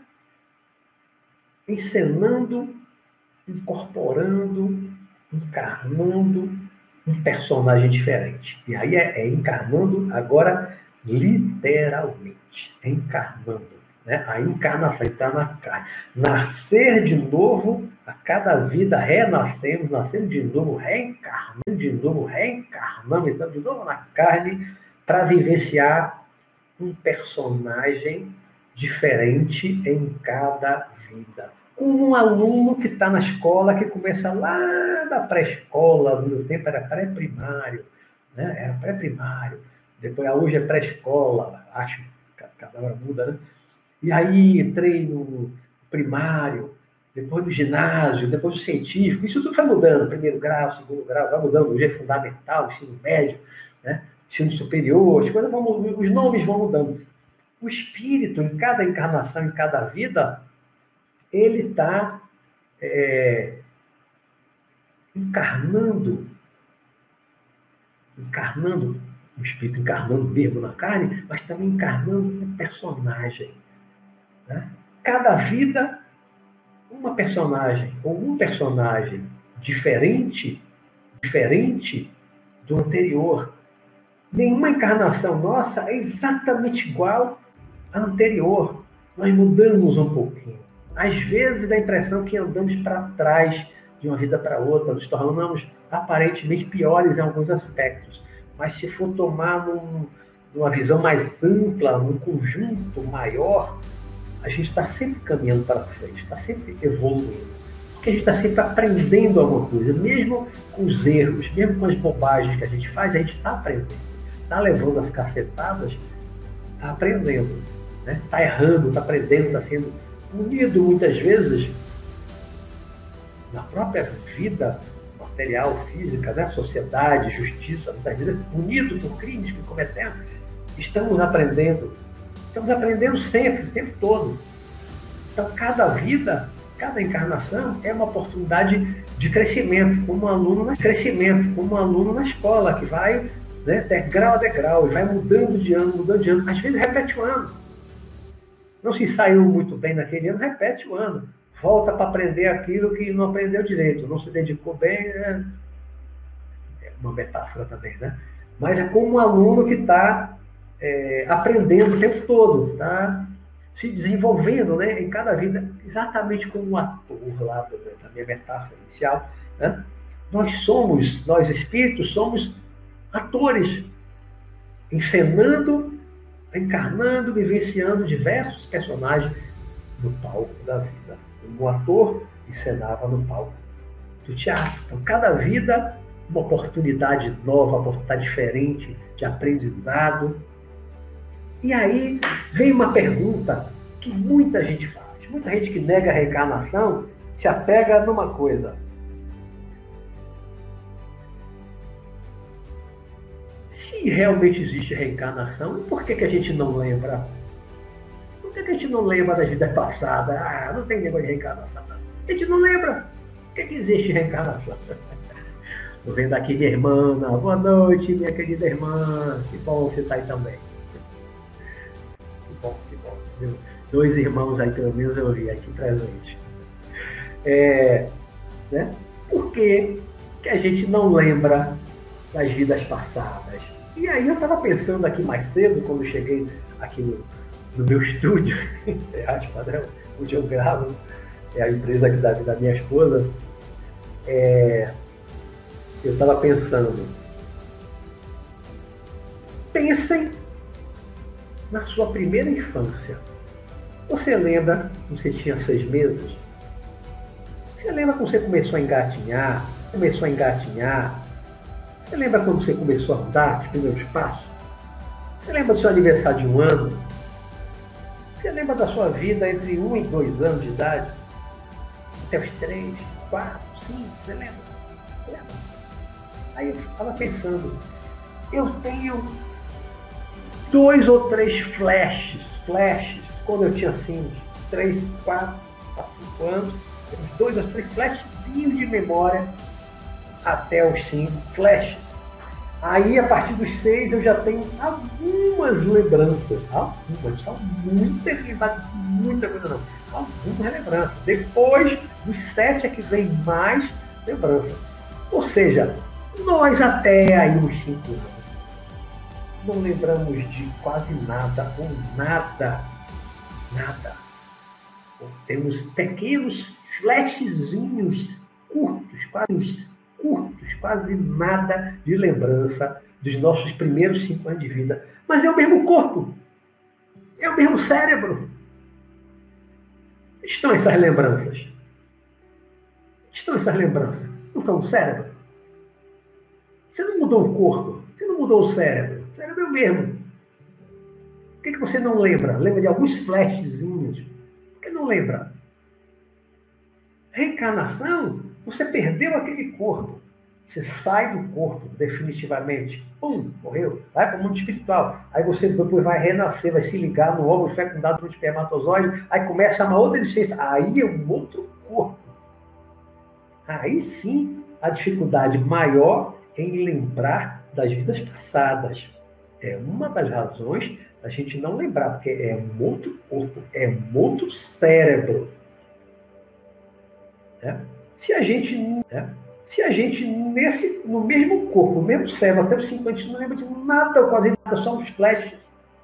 encenando, incorporando, encarnando um personagem diferente. E aí é encarnando agora literalmente, encarnando. Né? A encarnação está na carne. Nascer de novo, a cada vida renascemos, nascendo de novo, reencarnando, então de novo na carne, para vivenciar um personagem diferente em cada vida. Como um aluno que está na escola, que começa lá da pré-escola, no meu tempo era pré-primário, né? Era pré-primário, depois hoje é pré-escola, acho que cada hora muda, né? E aí entrei no primário, depois no ginásio, depois no científico, isso tudo vai mudando, primeiro grau, segundo grau, vai mudando, hoje é fundamental, ensino médio, né? Ensino superior, as coisas vão, os nomes vão mudando. O espírito, em cada encarnação, em cada vida, ele está encarnando, o espírito encarnando mesmo na carne, mas também encarnando um personagem. Né? Cada vida, uma personagem, ou um personagem diferente do anterior. Nenhuma encarnação nossa é exatamente igual à anterior. Nós mudamos um pouquinho. Às vezes dá a impressão que andamos para trás de uma vida para outra, nos tornamos aparentemente piores em alguns aspectos. Mas se for tomar numa visão mais ampla, num conjunto maior, a gente está sempre caminhando para frente, está sempre evoluindo. Porque a gente está sempre aprendendo alguma coisa, mesmo com os erros, mesmo com as bobagens que a gente faz, a gente está aprendendo. Está levando as cacetadas, está aprendendo. Está errando, está aprendendo, está sendo punido muitas vezes na própria vida material, física, né? Sociedade, justiça, muitas vezes punido por crimes que cometemos. Estamos aprendendo sempre, o tempo todo. Então, cada vida, cada encarnação é uma oportunidade de crescimento, como um aluno na escola, que vai, né, degrau a degrau, e vai mudando de ano, às vezes repete o ano. Não se saiu muito bem naquele ano, repete o ano. Volta para aprender aquilo que não aprendeu direito, não se dedicou bem. É uma metáfora também, né? Mas é como um aluno que está aprendendo o tempo todo, está se desenvolvendo, né, em cada vida, exatamente como um ator lá da minha metáfora inicial. Né? Nós espíritos, somos atores, encenando, encarnando, vivenciando diversos personagens no palco da vida. O ator encenava no palco do teatro. Então, cada vida, uma oportunidade nova, uma oportunidade diferente de aprendizado. E aí vem uma pergunta que muita gente faz. Muita gente que nega a reencarnação se apega numa coisa. Se realmente existe reencarnação, por que a gente não lembra? Por que a gente não lembra da vida passada? Ah, não tem negócio de reencarnação. A gente não lembra. Por que existe reencarnação? Estou vendo aqui minha irmã. Boa noite, minha querida irmã. Que bom você está aí também. Que bom. 2 irmãos aí, pelo menos, eu vi aqui presente. Né? Por que a gente não lembra das vidas passadas? E aí eu estava pensando aqui mais cedo, quando eu cheguei aqui no meu estúdio, onde eu gravo, é a empresa da minha esposa, eu estava pensando, pensem na sua primeira infância. Você lembra quando você tinha 6 meses? Você lembra quando você começou a engatinhar? Você lembra quando você começou a andar, os primeiros passos? Você lembra do seu aniversário de 1 ano? Você lembra da sua vida entre 1 e 2 anos de idade? Até os 3, 4, 5, você lembra? Aí eu estava pensando, eu tenho 2 ou 3 flashes, quando eu tinha assim, 3, 4 a 5 anos, 2 ou 3 flashzinhos de memória até os 5 flashes. Aí, a partir dos 6, eu já tenho algumas lembranças. São muita coisa não. Algumas lembranças. Depois dos 7 é que vem mais lembranças. Ou seja, Nós até aí uns 5 anos não lembramos de quase nada, ou nada, nada. Ou temos pequenos flashzinhos curtos, quase nada de lembrança dos nossos primeiros 5 anos de vida. Mas é o mesmo corpo, é o mesmo cérebro. Onde estão essas lembranças? Onde estão essas lembranças? Não estão no cérebro? Você não mudou o corpo, você não mudou o cérebro. O cérebro é o mesmo. Por que você não lembra? Lembra de alguns flashzinhos. Por que não lembra? Reencarnação, você perdeu aquele corpo. Você sai do corpo definitivamente. Morreu. Vai para o mundo espiritual. Aí você depois vai renascer, vai se ligar no óvulo fecundado no espermatozoide. Aí começa uma outra existência. Aí é um outro corpo. Aí sim, a dificuldade maior em lembrar das vidas passadas. É uma das razões da gente não lembrar, porque é um outro corpo, é um outro cérebro. Se a gente no mesmo corpo, no mesmo cérebro, até os 5 anos, não lembra de nada, quase nada, só uns flashes.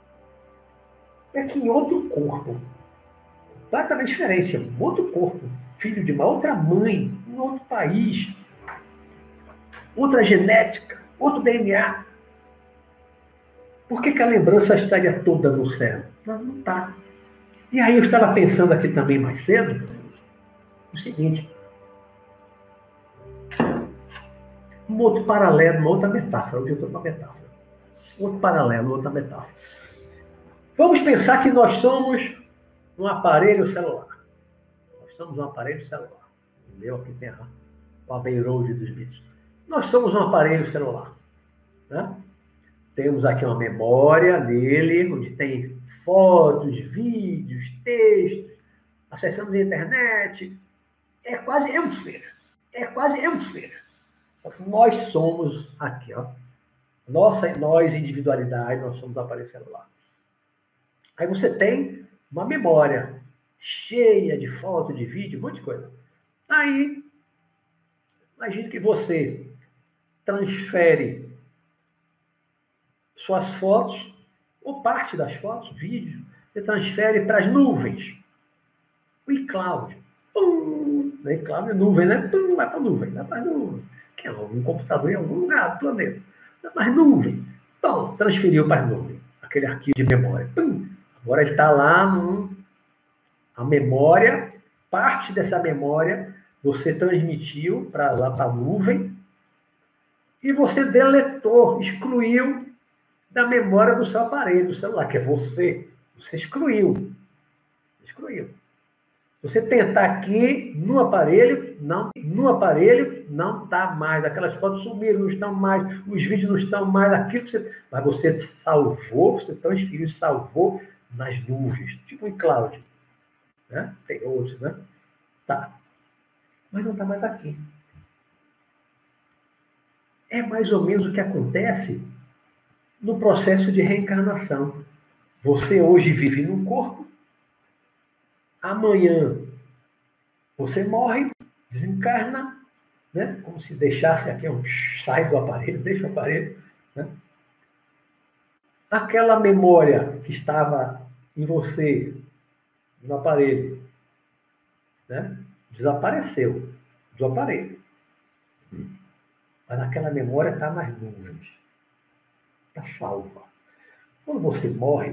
É que em outro corpo, completamente diferente, é um outro corpo, filho de uma outra mãe, em outro país, outra genética, outro DNA. Por que a lembrança estaria toda no cérebro? Não está. E aí eu estava pensando aqui também mais cedo, o seguinte, um outro paralelo, uma outra metáfora. Hoje eu estou com uma metáfora. Outro paralelo, outra metáfora. Vamos pensar que nós somos um aparelho celular. Nós somos um aparelho celular. O meu aqui tem o Abbey Road dos bichos. Nós somos um aparelho celular. Né? Temos aqui uma memória nele, onde tem fotos, vídeos, textos, acessamos a internet. É um ser. Nós somos aqui, ó. Nós, individualidade, nós somos o aparelho celular. Aí você tem uma memória cheia de foto, de vídeo, um monte de coisa. Aí, imagine que você transfere suas fotos, ou parte das fotos, vídeo, você transfere para as nuvens. O iCloud. O iCloud é nuvem, né? Vai para a nuvem, vai para a nuvem. Que é um computador em algum lugar do planeta. Vai para a nuvem. Transferiu para a nuvem. Aquele arquivo de memória. Agora ele está lá a memória, parte dessa memória, você transmitiu para lá para a nuvem e você deletou, excluiu da memória do seu aparelho, do celular, que é você. Você excluiu. Você tentar aqui no aparelho, não está mais. Aquelas fotos sumiram, não estão mais. Os vídeos não estão mais. Aquilo que você... Mas você salvou, você transferiu, salvou nas nuvens. Tipo em cloud. Né? Tem outros, né? Tá. Mas não está mais aqui. É mais ou menos o que acontece no processo de reencarnação. Você hoje vive num corpo, amanhã você morre, desencarna, né? Como se deixasse aqui, sai do aparelho, deixa o aparelho. Né? Aquela memória que estava em você, no aparelho, né? Desapareceu do aparelho. Mas aquela memória está nas nuvens. Está salva. Quando você morre,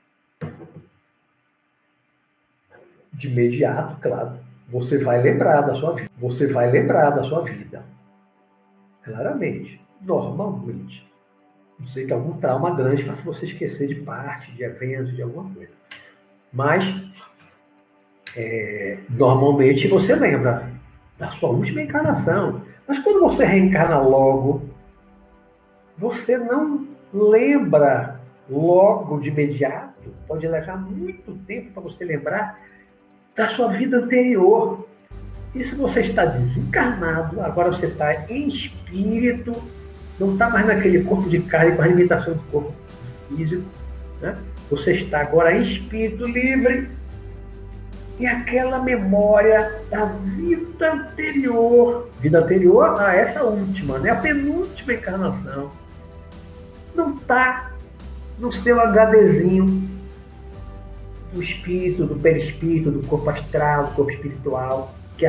de imediato, claro, você vai lembrar da sua vida. Claramente, normalmente. Não sei que algum trauma grande faça você esquecer de parte, de eventos, de alguma coisa. Mas, normalmente, você lembra da sua última encarnação. Mas quando você reencarna logo, você não lembra logo de imediato. Pode levar muito tempo para você lembrar da sua vida anterior. E se você está desencarnado, agora você está em espírito, não está mais naquele corpo de carne com a limitação do corpo físico, né? Você está agora em espírito livre, é aquela memória da vida anterior a essa última, né? A penúltima encarnação. Não está no seu HDzinho do espírito, do perispírito, do corpo astral, do corpo espiritual, que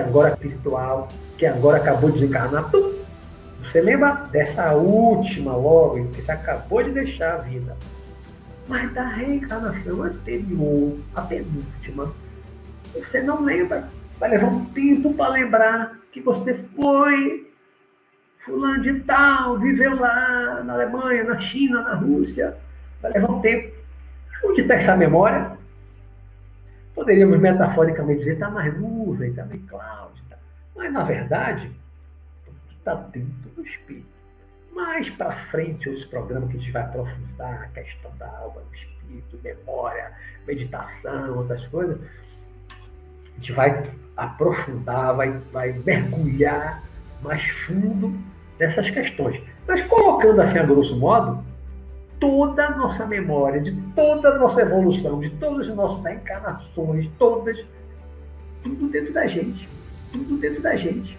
agora acabou de desencarnar. Você lembra dessa última logo, que você acabou de deixar a vida. Mas da reencarnação anterior, a penúltima, você não lembra. Vai levar um tempo para lembrar que você foi fulano de tal, viveu lá na Alemanha, na China, na Rússia. Vai levar um tempo. Onde está essa memória? Poderíamos metaforicamente dizer, está nas nuvens, está no cloud. Tá. Mas, na verdade, está dentro do espírito. Mais para frente, os programas que a gente vai aprofundar, a questão da alma, do espírito, memória, meditação, outras coisas, a gente vai aprofundar, vai mergulhar mais fundo nessas questões. Mas colocando assim, a grosso modo, toda a nossa memória, de toda a nossa evolução, de todas as nossas encarnações, todas, tudo dentro da gente. Tudo dentro da gente.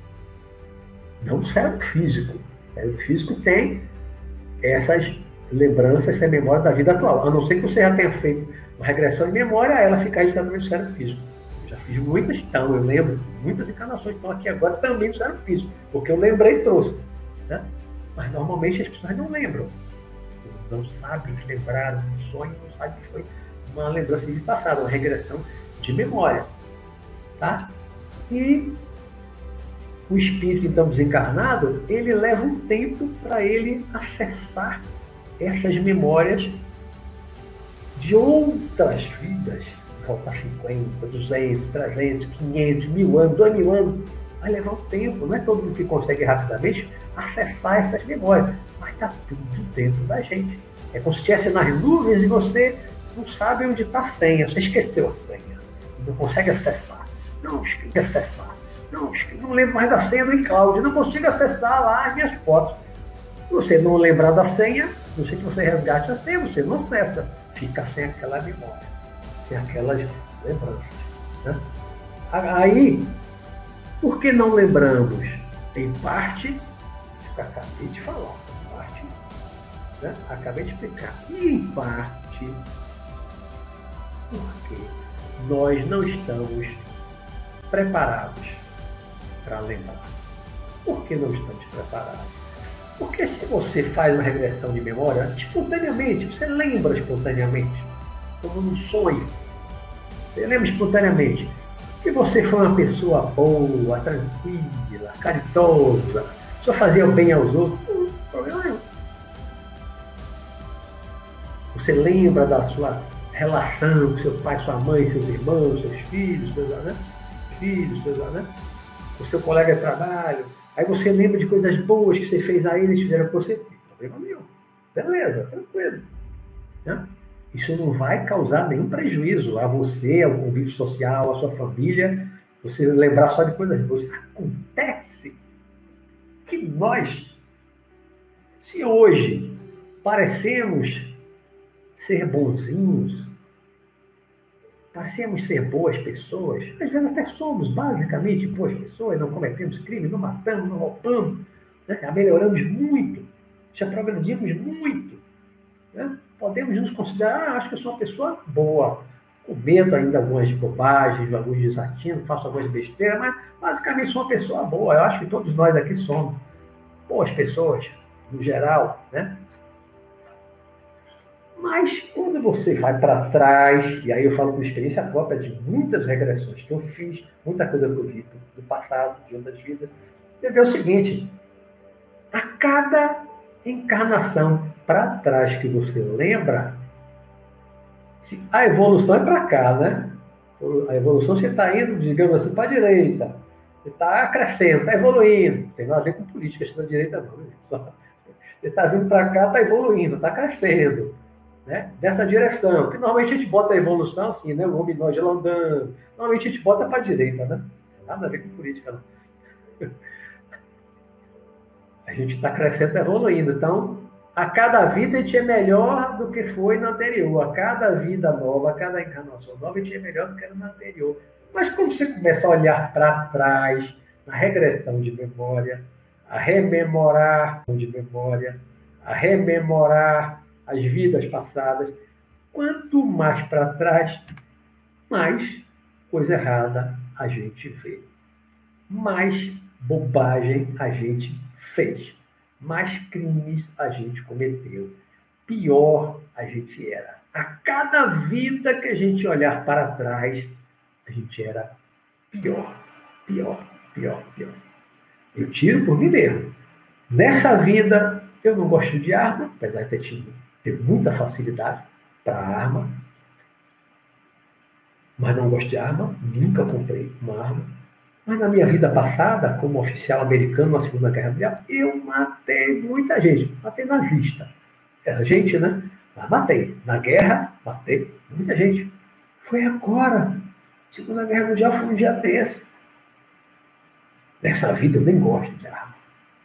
Não o cérebro físico. O cérebro físico tem essas lembranças, essa memória da vida atual. A não ser que você já tenha feito uma regressão de memória, ela fica registrada no cérebro físico. Eu já fiz muitas, então, eu lembro, muitas encarnações estão aqui agora também no cérebro físico, porque eu lembrei e trouxe. Né? Mas normalmente as pessoas não lembram. Não sabem que lembraram um sonho, não sabem que foi uma lembrança de passado, uma regressão de memória. Tá? E o espírito, então, desencarnado, ele leva um tempo para ele acessar essas memórias de outras vidas. Voltar 50, 200, 300, 500, 1000 anos, 2000 anos. Vai levar um tempo. Não é todo mundo que consegue rapidamente acessar essas memórias. Mas está tudo dentro da gente. É como se estivesse nas nuvens e você não sabe onde está a senha. Você esqueceu a senha. Não consegue acessar. Não, esqueci acessar. Não lembro mais da senha do iCloud. Não consigo acessar lá as minhas fotos. Se você não lembrar da senha, não sei que você resgate a senha, você não acessa. Fica sem aquela memória. Sem aquelas lembranças. Né? Aí, por que não lembramos? Em parte, isso que eu acabei de falar. Em parte, né? Acabei de explicar. E em parte, porque nós não estamos preparados para lembrar. Por que não estamos preparados? Porque se você faz uma regressão de memória, espontaneamente, você lembra espontaneamente, como num sonho. Você lembra espontaneamente que você foi uma pessoa boa, tranquila, caritosa, só fazia o bem aos outros, não tem problema nenhum. Você lembra da sua relação com seu pai, sua mãe, seus irmãos, seus filhos, o seu colega de trabalho, aí você lembra de coisas boas que você fez a eles, fizeram com você, não tem problema nenhum. Beleza, tranquilo. Né? Isso não vai causar nenhum prejuízo a você, ao convívio social, à sua família, você lembrar só de coisas boas. Acontece que nós, se hoje parecemos ser bonzinhos, parecemos ser boas pessoas, às vezes até somos basicamente boas pessoas, não cometemos crime, não matamos, não roubamos, né? Já melhoramos muito, já progredimos muito. Né? Podemos nos considerar, acho que eu sou uma pessoa boa, com medo ainda de algumas bobagens, alguns desatinos, faço algumas besteiras, mas basicamente sou uma pessoa boa. Eu acho que todos nós aqui somos boas pessoas, no geral, né? Mas quando você vai para trás, e aí eu falo por experiência própria de muitas regressões que eu fiz, muita coisa que eu vi do passado, de outras vidas, você vê o seguinte: a cada encarnação para trás que você lembra, a evolução é para cá, né? A evolução você está indo, digamos assim, para a direita. Você está crescendo, está evoluindo. Não tem nada a ver com política, isso da direita não. Você está vindo para cá, está evoluindo, está crescendo. Né? Dessa direção. Porque normalmente a gente bota a evolução assim, né? O hominoide andando. Normalmente a gente bota para a direita, né? Não tem nada a ver com política, não. A gente está crescendo, está evoluindo. Então, A cada vida a gente é melhor do que foi na anterior. A cada vida nova, a cada encarnação nova, a gente é melhor do que era na anterior. Mas quando você começa a olhar para trás, na regressão de memória, a rememorar de memória, a rememorar as vidas passadas, quanto mais para trás, mais coisa errada a gente vê. Mais bobagem a gente fez. Mais crimes a gente cometeu. Pior a gente era. A cada vida que a gente olhar para trás, a gente era pior, pior, pior, pior. Eu tiro por mim mesmo. Nessa vida, eu não gosto de arma, apesar de ter muita facilidade para arma, mas não gosto de arma, nunca comprei uma arma. Mas na minha vida passada, como oficial americano na Segunda Guerra Mundial, eu matei muita gente. Matei nazista. Era gente, né? Mas matei. Na guerra, matei muita gente. Foi agora. Segunda Guerra Mundial foi um dia desse. Nessa vida eu nem gosto de arma.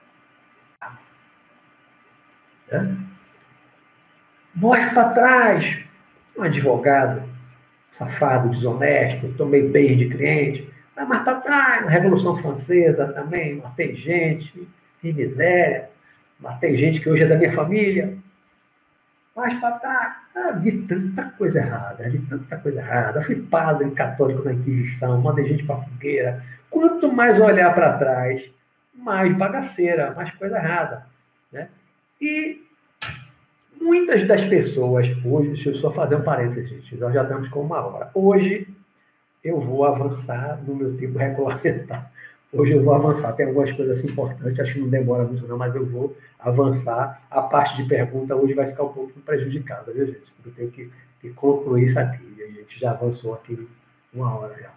Mais para trás, um advogado safado, desonesto, tomei bem de cliente. Mais para trás, na Revolução Francesa também, matei gente, que miséria, matei gente que hoje é da minha família. Mais para trás, vi tanta coisa errada, fui padre católico na Inquisição, mandei gente para fogueira. Quanto mais olhar para trás, mais bagaceira, mais coisa errada. Né? E muitas das pessoas, hoje, deixa eu só fazer um parênteses, gente, nós já estamos com 1 hora. Hoje, eu vou avançar no meu tempo regulamentar. Hoje eu vou avançar. Tem algumas coisas importantes, acho que não demora muito não, mas eu vou avançar. A parte de pergunta hoje vai ficar um pouco prejudicada, viu, gente? Eu tenho que concluir isso aqui. A gente já avançou aqui 1 hora já.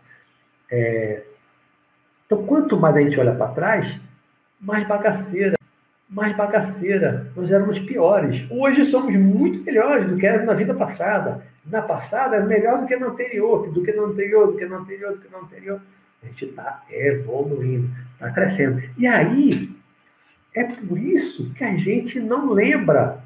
Então, quanto mais a gente olha para trás, mais bagaceira. Nós éramos piores. Hoje somos muito melhores do que era na vida passada. Na passada era melhor do que na anterior, do que na anterior. A gente está evoluindo, está crescendo. E aí, é por isso que a gente não lembra.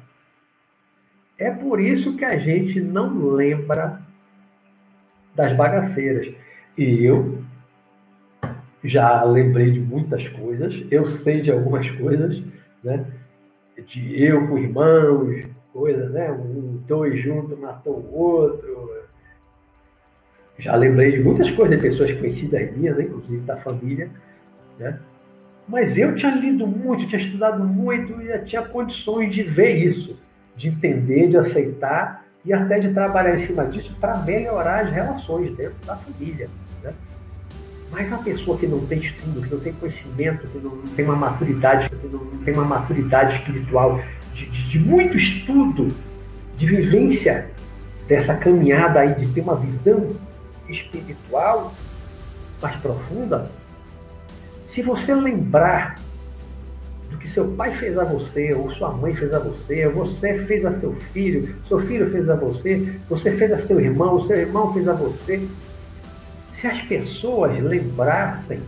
Das bagaceiras. E eu já lembrei de muitas coisas, eu sei de algumas coisas, né? De eu com irmãos, coisas, né? 2 juntos matou o outro. Já lembrei de muitas coisas, de pessoas conhecidas minhas, né? Inclusive da família, né? Mas eu tinha lido muito, tinha estudado muito, e já tinha condições de ver isso, de entender, de aceitar e até de trabalhar em cima disso para melhorar as relações dentro da família, né? Mas a pessoa que não tem estudo, que não tem conhecimento, que não tem uma maturidade, espiritual, de muito estudo, de vivência dessa caminhada aí, de ter uma visão espiritual mais profunda, se você lembrar do que seu pai fez a você, ou sua mãe fez a você, ou você fez a seu filho fez a você, você fez a seu irmão, o seu irmão fez a você. Se as pessoas lembrassem,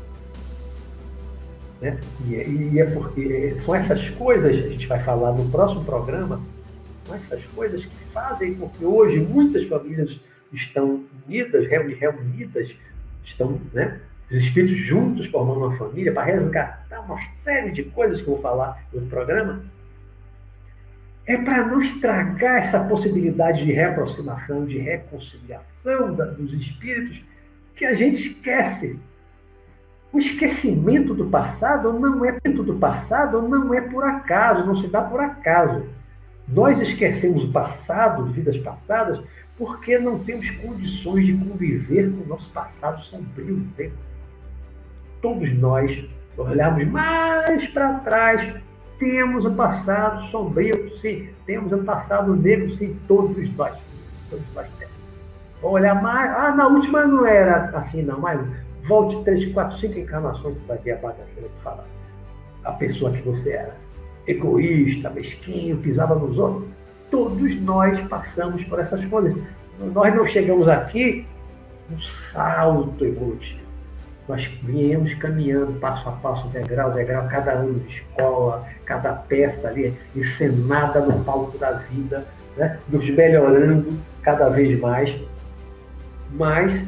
né? E é porque são essas coisas, a gente vai falar no próximo programa, são essas coisas que fazem com que hoje muitas famílias estão unidas, reunidas, estão, né, os espíritos juntos formando uma família para resgatar uma série de coisas que eu vou falar no programa. É para não estragar essa possibilidade de reaproximação, de reconciliação dos espíritos, que a gente esquece. O esquecimento do passado não é por acaso, não se dá por acaso. Nós esquecemos o passado, vidas passadas, porque não temos condições de conviver com o nosso passado sombrio. Né? Todos nós, olharmos mais para trás, temos o passado sombrio, sim. Temos o passado negro, sim. Todos nós temos. Vamos olhar mais. Na última não era assim, não, mas volte 3, 4, 5 encarnações para ver a bagaceira que fala. A pessoa que você era. Egoísta, mesquinho, pisava nos outros. Todos nós passamos por essas coisas. Nós não chegamos aqui um salto evolutivo. Nós viemos caminhando passo a passo, degrau a degrau, cada ano de escola, cada peça ali encenada no palco da vida, né? Nos melhorando cada vez mais, mas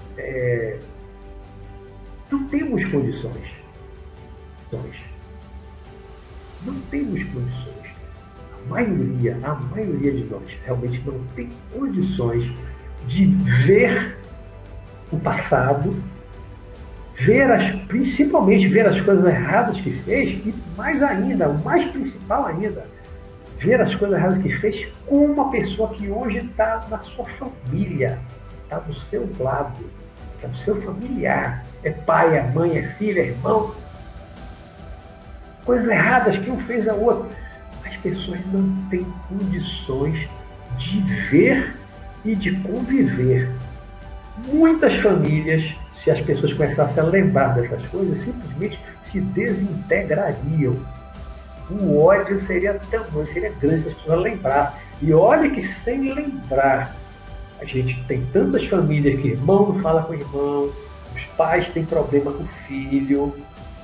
não temos condições. Não temos condições. A maioria de nós realmente não tem condições de ver o passado, principalmente ver as coisas erradas que fez, e mais ainda, o mais principal ainda, ver as coisas erradas que fez com uma pessoa que hoje está na sua família, está do seu lado, está do seu familiar, é pai, é mãe, é filho, é irmão. Coisas erradas que um fez ao outro. As pessoas não têm condições de ver e de conviver. Muitas famílias, se as pessoas começassem a lembrar dessas coisas, simplesmente se desintegrariam. O ódio seria tamanho, seria grande se as pessoas lembrassem. E olha que sem lembrar, a gente tem tantas famílias que irmão não fala com irmão, os pais têm problema com o filho.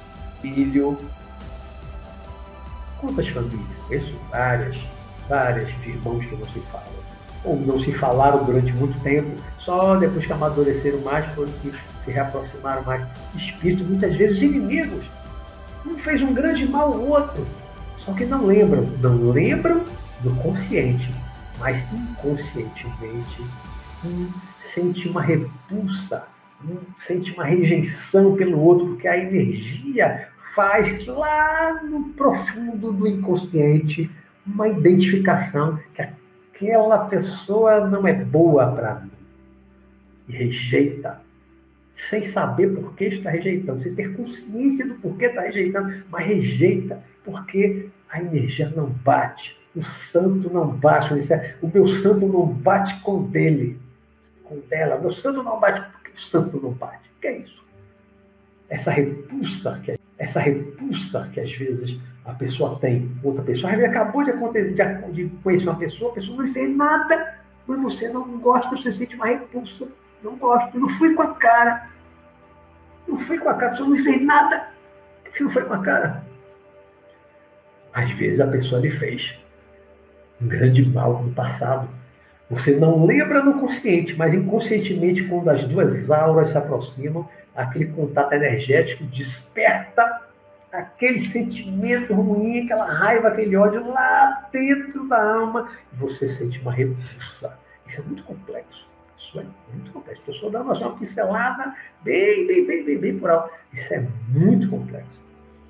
Quantas famílias? Conheço várias de irmãos que não se falam. Ou não se falaram durante muito tempo, só depois que amadureceram mais, foram que se reaproximaram mais. Espíritos, muitas vezes, inimigos. Um fez um grande mal ao outro. Só que não lembram do consciente, mas inconscientemente sente uma repulsa, sente uma rejeição pelo outro, porque a energia faz lá no profundo do inconsciente uma identificação que aquela pessoa não é boa para mim. E rejeita, sem saber por que está rejeitando, sem ter consciência do porquê está rejeitando, mas rejeita porque a energia não bate, o santo não bate, o meu santo não bate com o dele, com o dela, o meu santo não bate porque o santo não bate. O que é isso? Essa repulsa que às vezes a pessoa tem com outra pessoa. Ele acabou de conhecer uma pessoa, a pessoa não fez nada, mas você não gosta, você sente uma repulsa. Não gosto, eu não fui com a cara. A pessoa não fez nada. Por que você não foi com a cara? Às vezes a pessoa lhe fez um grande mal no passado. Você não lembra no consciente, mas inconscientemente, quando as duas auras se aproximam, aquele contato energético desperta aquele sentimento ruim, aquela raiva, aquele ódio lá dentro da alma, e você sente uma repulsa. Isso é muito complexo. Isso é muito complexo. A pessoa dá uma pincelada bem por alto. Isso é muito complexo.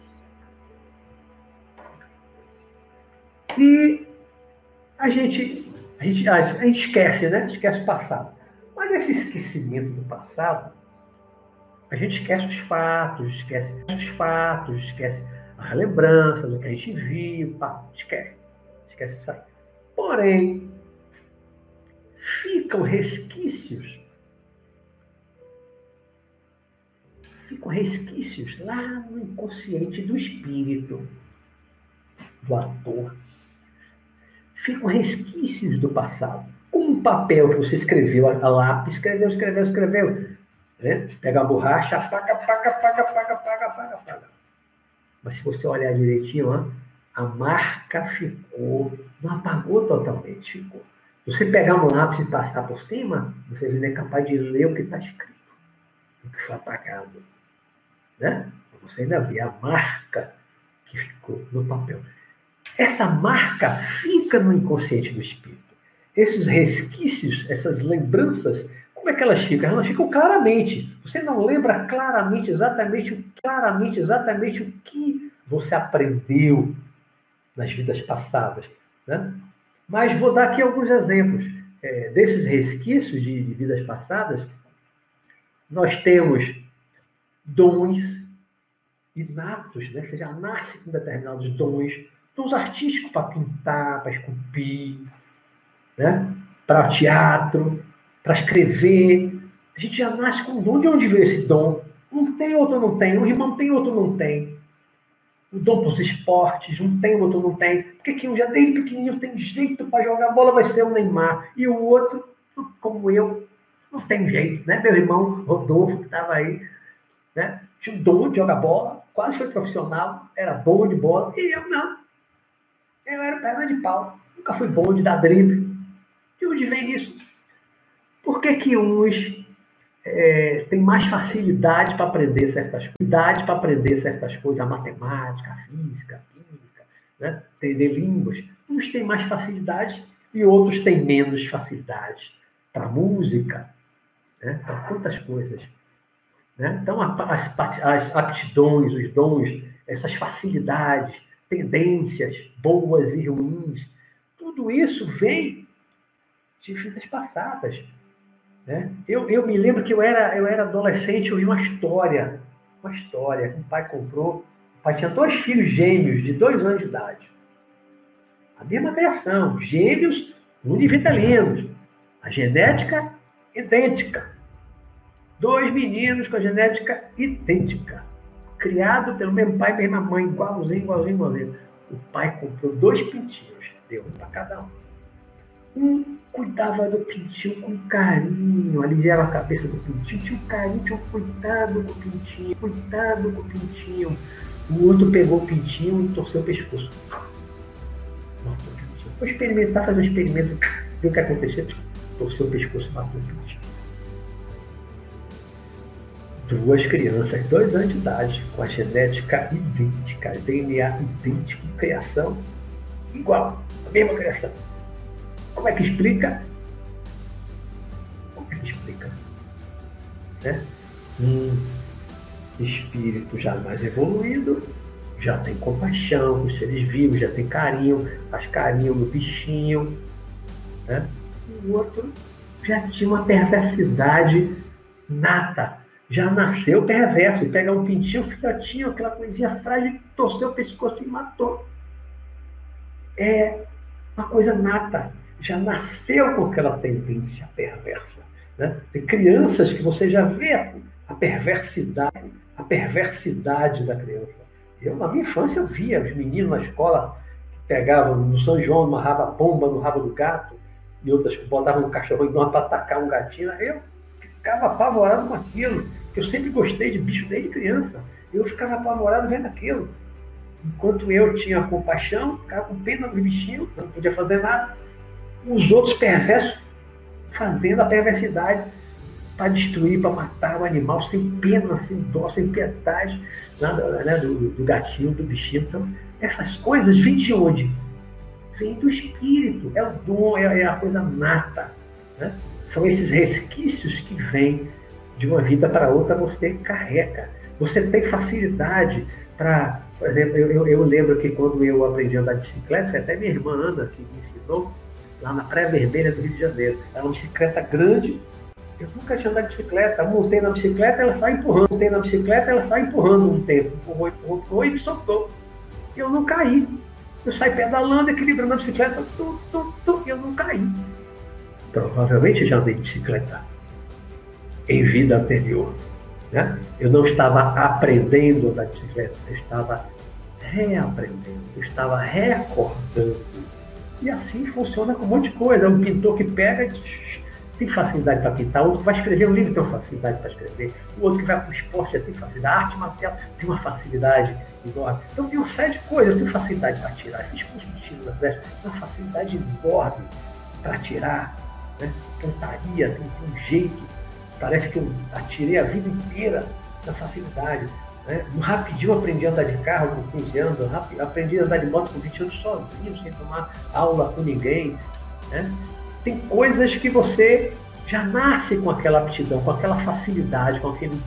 E a gente esquece, né? Esquece o passado. Mas esse esquecimento do passado, a gente esquece os fatos, esquece as lembranças, o que a gente viu, esquece isso aí. Porém, ficam resquícios lá no inconsciente do espírito, do ator. Ficam resquícios do passado. Com um papel que você escreveu a lápis, escreveu. Né? Pega a borracha, apaga. Mas se você olhar direitinho, ó, a marca ficou, não apagou totalmente, ficou. Se você pegar um lápis e passar por cima, você não é capaz de ler o que está escrito, o que foi apagado. Né? Você ainda vê a marca que ficou no papel. Essa marca fica no inconsciente do espírito. Esses resquícios, essas lembranças, como é que elas ficam? Elas ficam claramente. Você não lembra claramente exatamente o que você aprendeu nas vidas passadas. Né? Mas vou dar aqui alguns exemplos. Desses resquícios de vidas passadas, nós temos dons inatos, né? Você já nasce com determinados dons artísticos para pintar, para esculpir, né? Para teatro, para escrever. A gente já nasce com um dom. De onde veio esse dom? Um tem, outro não tem. Um irmão tem, outro não tem. O dom para os esportes, um tem, outro não tem. Porque quem já desde pequenininho tem jeito para jogar bola vai ser o Neymar. E o outro, como eu, não tem jeito, né? Meu irmão Rodolfo, que estava aí, né? Tinha um dom de jogar bola, quase foi profissional, era bom de bola, e eu não. Eu era perna de pau, nunca fui bom de dar drible. De onde vem isso? Por que que uns têm mais facilidade para aprender certas coisas, a matemática, a física, a química, né? Entender línguas? Uns têm mais facilidade e outros têm menos facilidade para a música, né? Para tantas coisas. Né? Então, as aptidões, os dons, essas facilidades, tendências boas e ruins, tudo isso vem de vidas passadas. Né? Eu me lembro que eu era adolescente, eu vi uma história que o pai comprou. O pai tinha 2 filhos gêmeos de 2 anos de idade. A mesma criação, gêmeos univitelinos. A genética idêntica. 2 meninos com a genética idêntica. Criado pelo mesmo pai e mesma mãe, igualzinho. O pai comprou 2 pintinhos, deu para cada um. Um cuidava do pintinho com carinho, aliviava a cabeça do pintinho, tinha um carinho, tinha um cuidado com o pintinho. O outro pegou o pintinho e torceu o pescoço. Matou o pintinho. Foi experimentar, fazer um experimento, ver o que aconteceu, torceu o pescoço e matou o pintinho. 2 crianças, 2 anos de idade, com a genética idêntica, DNA idêntico, criação igual, a mesma criação. Como é que explica? Né? Um espírito já mais evoluído, já tem compaixão com os seres vivos, já tem carinho, faz carinho no bichinho. Né? O outro já tinha uma perversidade nata. Já nasceu perverso, e pega um pintinho, filhotinho, aquela coisinha frágil, torceu o pescoço e matou. É uma coisa nata, já nasceu com aquela tendência perversa. Né? Tem crianças que você já vê a perversidade da criança. Eu, na minha infância, eu via os meninos na escola que pegavam no São João, amarrava bomba no rabo do gato, e outras que botavam um cachorro enorme para atacar um gatinho. Eu ficava apavorado com aquilo, porque eu sempre gostei de bicho desde criança. Eu ficava apavorado vendo aquilo. Enquanto eu tinha compaixão, ficava com pena dos bichinhos, não podia fazer nada. Os outros perversos fazendo a perversidade para destruir, para matar o animal sem pena, sem dó, sem piedade, né, do gatinho, do bichinho. Então, essas coisas vêm de onde? Vem do espírito, é o dom, é a coisa nata. Né? São esses resquícios que vêm de uma vida para outra, você carrega. Você tem facilidade para... Por exemplo, eu lembro que quando eu aprendi a andar de bicicleta, foi até minha irmã Ana que me ensinou, lá na Praia Vermelha do Rio de Janeiro. Era uma bicicleta grande, eu nunca tinha andado de bicicleta. Eu montei na bicicleta, ela sai empurrando. Um tempo. Empurrou e me soltou. Eu não caí. Eu saí pedalando, equilibrando a bicicleta, e eu não caí. Provavelmente já andei de bicicleta em vida anterior. Né? Eu não estava aprendendo a andar de bicicleta, eu estava reaprendendo, eu estava recordando. E assim funciona com um monte de coisa. Um pintor que pega, tem facilidade para pintar, outro que vai escrever um livro tem uma facilidade para escrever, o outro que vai para o esporte já tem facilidade, a arte marcial tem uma facilidade enorme. Então tem uma série de coisas, eu tenho facilidade para atirar, eu fiz curso de tiro das brechas, tem uma facilidade enorme para atirar, né? Pontaria, tem um jeito, parece que eu atirei a vida inteira na facilidade. Né? Rapidinho eu aprendi a andar de carro com 15 anos, aprendi a andar de moto com 20 anos sozinho, sem tomar aula com ninguém. Né? Tem coisas que você já nasce com aquela aptidão, com aquela facilidade, com aquele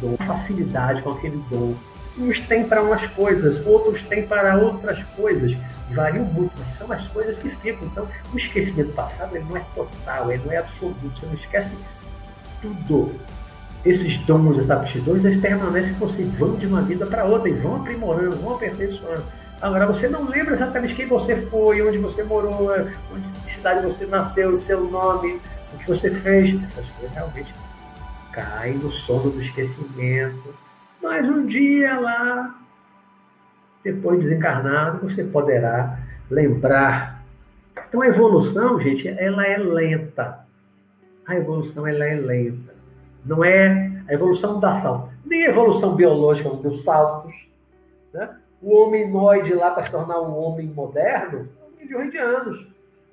dom. Uns têm para umas coisas, outros têm para outras coisas. Variam muito, mas são as coisas que ficam. Então, o esquecimento passado ele não é total, ele não é absoluto. Você não esquece tudo. Esses dons, essas aptidões, eles permanecem com você, vão de uma vida para outra e vão aprimorando, vão aperfeiçoando. Agora, você não lembra exatamente quem você foi, onde você morou, onde que cidade você nasceu, o seu nome, o que você fez. Essas coisas realmente caem no sono do esquecimento. Mas um dia lá, depois de desencarnado, você poderá lembrar. Então a evolução, gente, ela é lenta. A evolução ela é lenta. Não é né? A evolução não dá salto. Nem a evolução biológica não deu saltos, né? O hominoide lá para se tornar um homem moderno, milhões de anos.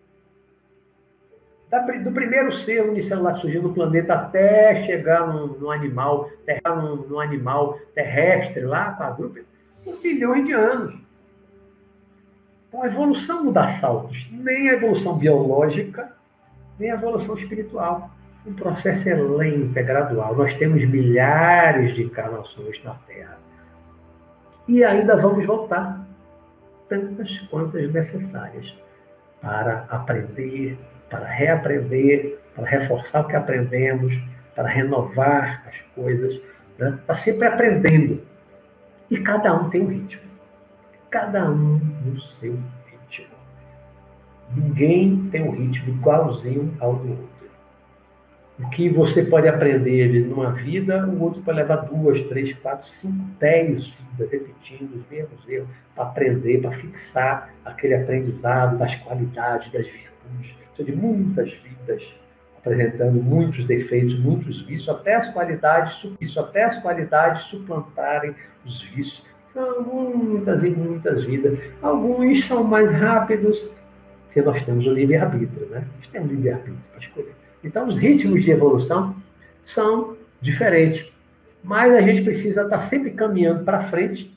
Do primeiro ser unicelular que surgiu no planeta até chegar num animal, num animal terrestre lá, quadrúpede, por bilhões de anos. Então a evolução não dá saltos, nem a evolução biológica, nem a evolução espiritual. O processo é lento, é gradual. Nós temos milhares de encarnações na Terra. E ainda vamos voltar, tantas quantas necessárias, para aprender, para reaprender, para reforçar o que aprendemos, para renovar as coisas. Né? Está sempre aprendendo. E cada um tem um ritmo. Cada um no seu ritmo. Ninguém tem um ritmo igualzinho ao do outro. O que você pode aprender numa vida, o outro pode levar 2, 3, 4, 5, 10 vidas, repetindo os mesmos erros, para aprender, para fixar aquele aprendizado das qualidades, das virtudes, de muitas vidas, apresentando muitos defeitos, muitos vícios, até as qualidades suplantarem os vícios. São muitas e muitas vidas. Alguns são mais rápidos, porque nós temos o livre-arbítrio, né? Nós temos o livre-arbítrio para escolher. Então, os ritmos de evolução são diferentes. Mas a gente precisa estar sempre caminhando para frente,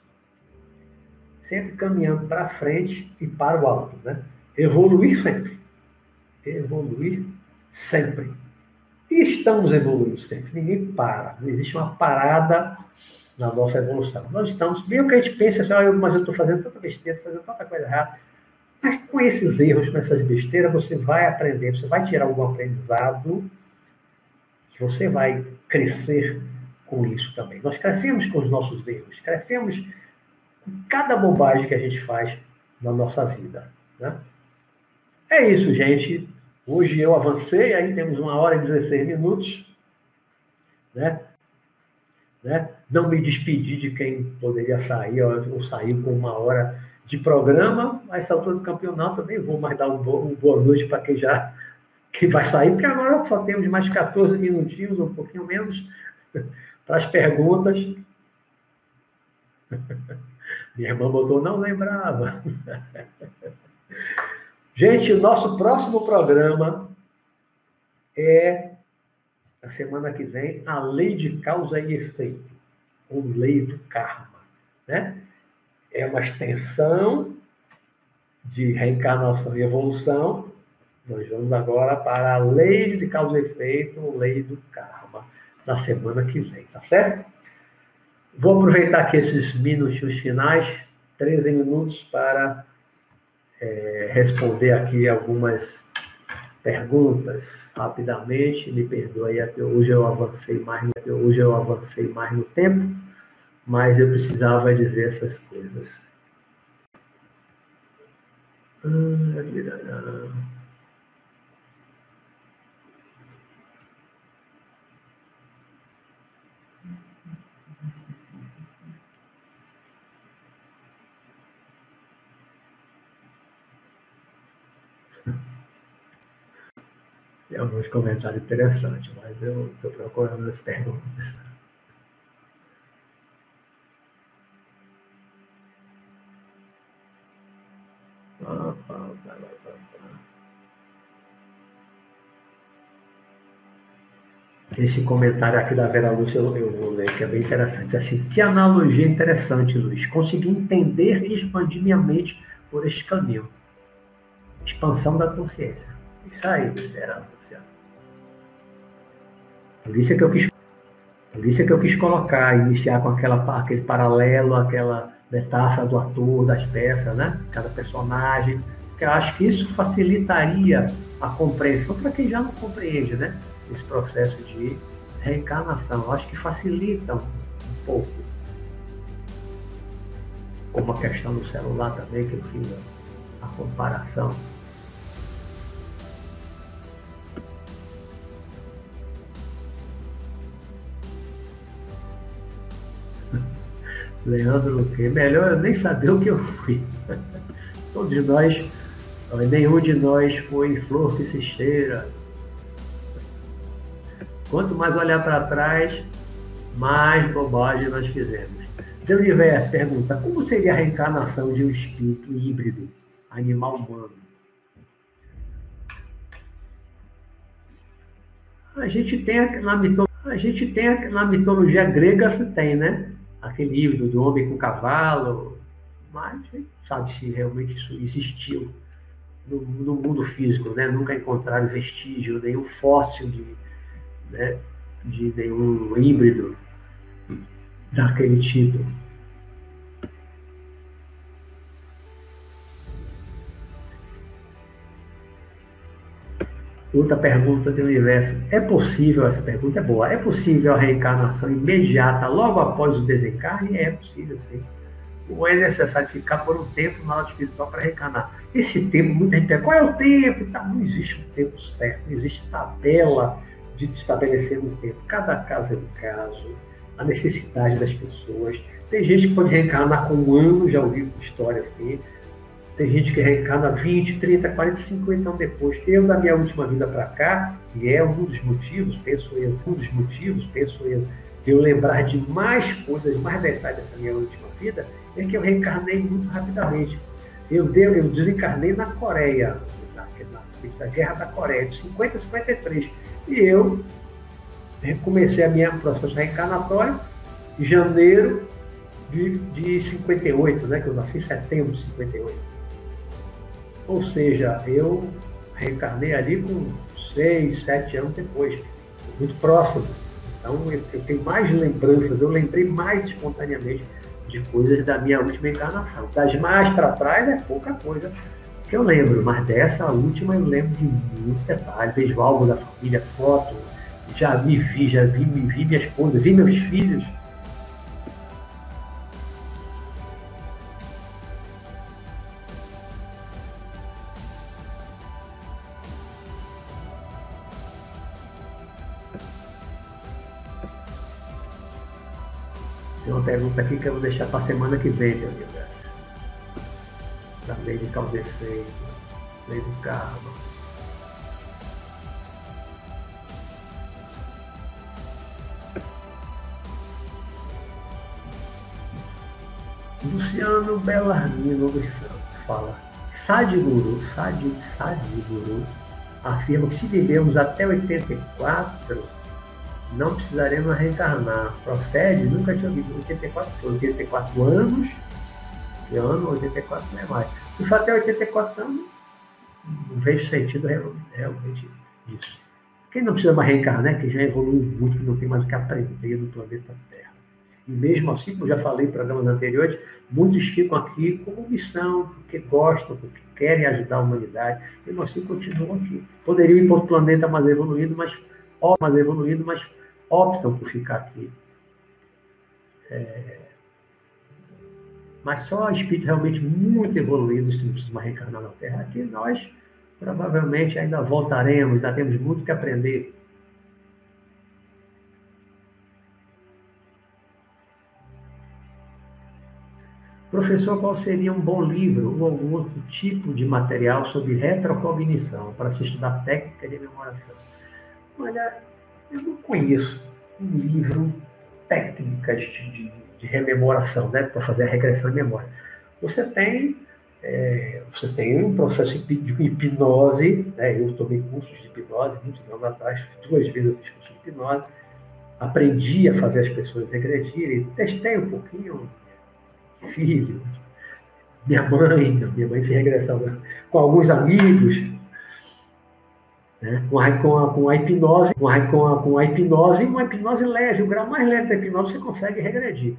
e para o alto, né? Evoluir sempre. Evoluir sempre. E estamos evoluindo sempre. Ninguém para. Não existe uma parada na nossa evolução. Nós estamos, mesmo que a gente pense assim, mas eu estou fazendo tanta besteira, estou fazendo tanta coisa errada. Mas com esses erros, com essas besteiras, você vai aprender, você vai tirar algum aprendizado, você vai crescer com isso também. Nós crescemos com os nossos erros, crescemos com cada bobagem que a gente faz na nossa vida. Né? É isso, gente. Hoje eu avancei, aí temos 1h16. Né? Não me despedi de quem poderia sair, ou saiu com 1h de programa. A essa altura do campeonato eu nem vou mais dar uma boa noite para quem vai sair, porque agora só temos mais 14 minutinhos, um pouquinho menos, para as perguntas. Minha irmã botou, não lembrava. Gente, o nosso próximo programa é, a semana que vem, a lei de causa e efeito, ou lei do karma. Né? É uma extensão de reencarnação e evolução. Nós vamos agora para a lei de causa e efeito, ou lei do karma, na semana que vem, tá certo? Vou aproveitar aqui esses minutinhos finais, 13 minutos, para responder aqui algumas perguntas rapidamente. Me perdoe, até hoje eu avancei mais no tempo, mas eu precisava dizer essas coisas. Tem alguns comentários interessantes, mas eu estou procurando as perguntas. Esse comentário aqui da Vera Lúcia eu vou ler, que é bem interessante. Assim, que analogia interessante, Luiz. Consegui entender e expandir minha mente por este caminho. Expansão da consciência. Isso aí, Vera Lúcia. Por isso é que eu quis colocar, iniciar com aquele paralelo, aquela metáfora do ator, das peças, né? Cada personagem. Porque eu acho que isso facilitaria a compreensão para quem já não compreende, né? Esse processo de reencarnação. Eu acho que facilita um pouco. Como a questão do celular também, que eu fiz a comparação. Leandro, o quê? Melhor eu nem saber o que eu fui. Todos nós, nenhum de nós foi flor que se cheira. Quanto mais olhar para trás, mais bobagem nós fizemos. Então, o universo pergunta, como seria a reencarnação de um espírito híbrido, animal humano? A gente tem na mitologia grega se tem, né? Aquele híbrido do homem com cavalo, mas a gente sabe se realmente isso existiu no mundo físico, né? Nunca encontraram vestígio, nenhum fóssil né, de nenhum híbrido daquele tipo. Outra pergunta do universo. É possível, essa pergunta é boa, é possível a reencarnação imediata logo após o desencarne? É possível, sim. Ou é necessário ficar por um tempo na aula espiritual para reencarnar? Esse tempo, muita gente pergunta, qual é o tempo? Tá, não existe um tempo certo, não existe tabela de se estabelecer um tempo. Cada caso é um caso, a necessidade das pessoas. Tem gente que pode reencarnar com um ano, já ouvi história assim. Tem gente que reencarna 20, 30, 40, 50 anos depois. Eu, da minha última vida para cá, e é um dos motivos, penso eu, de eu lembrar de mais coisas, mais detalhes dessa minha última vida, é que eu reencarnei muito rapidamente. Eu desencarnei na Coreia, na Guerra da Coreia, de 50 a 53. E eu comecei a minha processo reencarnatório em janeiro de 58, né, que eu nasci em setembro de 58. Ou seja, eu reencarnei ali com 6, 7 anos depois, muito próximo. Então, eu tenho mais lembranças, eu lembrei mais espontaneamente de coisas da minha última encarnação. Das mais para trás é pouca coisa que eu lembro, mas dessa última eu lembro de muito detalhe. Vejo álbum da família, foto, já vi minha esposa, vi meus filhos. Tem uma pergunta aqui que eu vou deixar para a semana que vem, meu universo. Da lei de causa e efeito, lei do karma. Luciano Bellarmino dos Santos fala: Sadhguru afirma que se vivemos até 84, não precisaremos reencarnar. Procede? Nunca tinha ouvido. 84 anos, que ano 84 não é mais. Se for até 84 anos, não vejo sentido realmente disso. Quem não precisa mais reencarnar, né? Que já evoluiu muito, que não tem mais o que aprender no planeta Terra. E mesmo assim, como já falei em programas anteriores, muitos ficam aqui como missão, porque gostam, porque querem ajudar a humanidade, e mesmo assim continuam aqui. Poderiam ir para outro planeta mais evoluído, mas optam por ficar aqui. Mas só espíritos realmente muito evoluídos que não precisam mais reencarnar na Terra. Aqui nós provavelmente ainda voltaremos, ainda temos muito que aprender. Professor, qual seria um bom livro ou algum outro tipo de material sobre retrocognição para se estudar técnica de memoração? Olha, eu não conheço um livro técnicas de rememoração, né, para fazer a regressão de memória. Você tem um processo de hipnose, né, eu tomei cursos de hipnose muitos anos atrás, 2 vezes eu fiz curso de hipnose, aprendi a fazer as pessoas regredirem, testei um pouquinho, filho, minha mãe fez regressão, né, com alguns amigos, né? Com a hipnose, uma hipnose leve, o grau mais leve da hipnose você consegue regredir.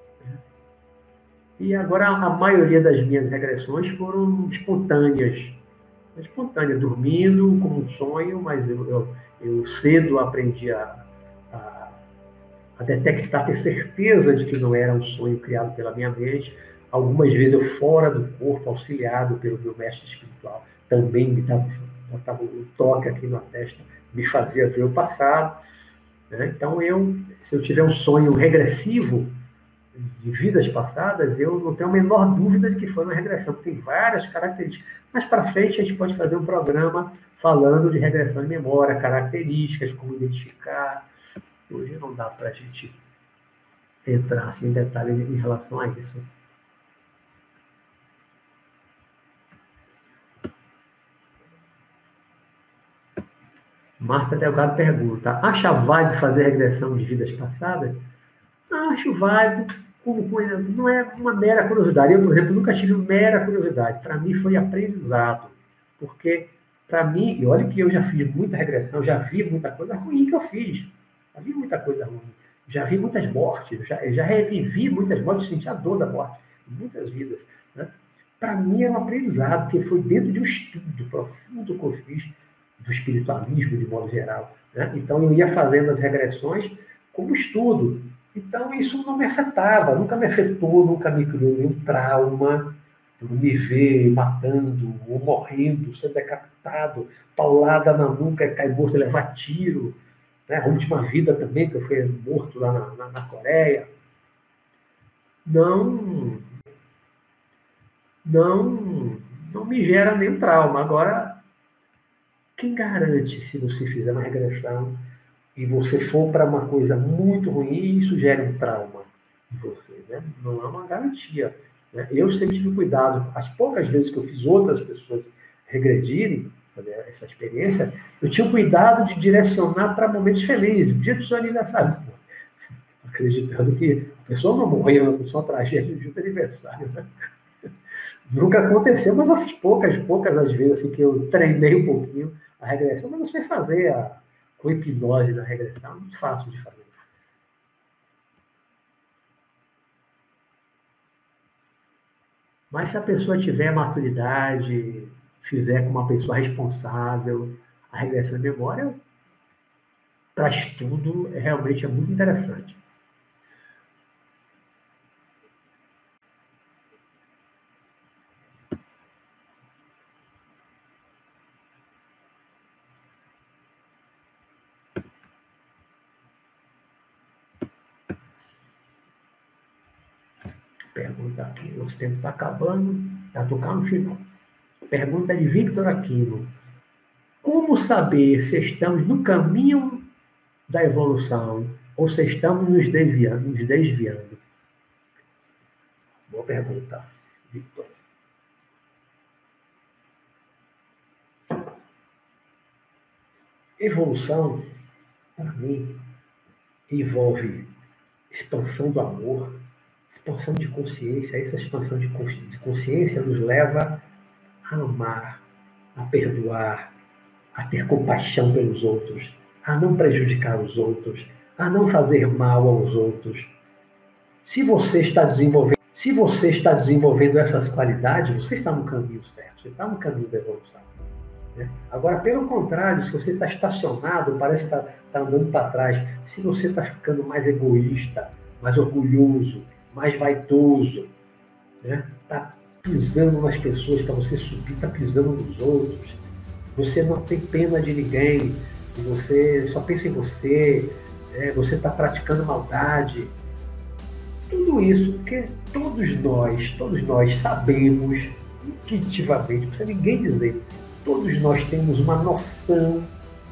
E agora a maioria das minhas regressões foram espontâneas, dormindo como um sonho, mas eu cedo aprendi a detectar, ter certeza de que não era um sonho criado pela minha mente. Algumas vezes eu fora do corpo, auxiliado pelo meu mestre espiritual, também me botava um toque aqui na testa, me fazia ver o passado. Né? Então, se eu tiver um sonho regressivo de vidas passadas, eu não tenho a menor dúvida de que foi uma regressão, tem várias características. Mas para frente a gente pode fazer um programa falando de regressão de memória, características, como identificar. Hoje não dá para a gente entrar assim, em detalhe em relação a isso. Marta Delgado pergunta: acha válido fazer regressão de vidas passadas? Acho válido, não é uma mera curiosidade. Eu, por exemplo, nunca tive mera curiosidade. Para mim foi aprendizado. Porque, para mim, e olha que eu já fiz muita regressão, já vi muita coisa ruim que eu fiz. Já vi muita coisa ruim. Já vi muitas mortes, já revivi muitas mortes, senti a dor da morte, muitas vidas. Né? Para mim é um aprendizado, porque foi dentro de um estudo profundo que eu fiz do espiritualismo, de modo geral. Né? Então, eu ia fazendo as regressões como estudo. Então, isso não me afetava, nunca me afetou, nunca me criou nenhum trauma por me ver matando ou morrendo, sendo decapitado, paulada na nuca, cair morto e levar tiro. Né? A última vida também, que eu fui morto lá na Coreia. Não, não me gera nenhum trauma. Agora, quem garante se você fizer uma regressão e você for para uma coisa muito ruim, isso gera um trauma em você, né? Não é uma garantia. Né? Eu sempre tive cuidado. As poucas vezes que eu fiz outras pessoas regredirem, essa experiência, eu tinha cuidado de direcionar para momentos felizes, dia do seu aniversário, acreditando que a pessoa não morreu com sua tragédia no dia do aniversário. Né? Nunca aconteceu, mas eu fiz poucas às vezes, assim, que eu treinei um pouquinho a regressão, mas não sei fazer com hipnose na regressão, é muito fácil de fazer. Mas se a pessoa tiver maturidade, fizer com uma pessoa responsável, a regressão de memória, para estudo, realmente é muito interessante. Pergunta aqui, nosso tempo está acabando, já tocar no final. Pergunta de Victor Aquino. Como saber se estamos no caminho da evolução ou se estamos nos desviando? Boa pergunta, Victor. Evolução, para mim, envolve expansão do amor, expansão de consciência. Essa expansão de consciência nos leva a amar, a perdoar, a ter compaixão pelos outros, a não prejudicar os outros, a não fazer mal aos outros. Se você está desenvolvendo essas qualidades, você está no caminho certo, você está no caminho da evolução. Né? Agora, pelo contrário, se você está estacionado, parece que está andando para trás, se você está ficando mais egoísta, mais orgulhoso, mais vaidoso, né? Está pisando nas pessoas para você subir, está pisando nos outros, você não tem pena de ninguém, você só pensa em você, né? Você está praticando maldade. Tudo isso porque todos nós sabemos, intuitivamente, não precisa ninguém dizer, todos nós temos uma noção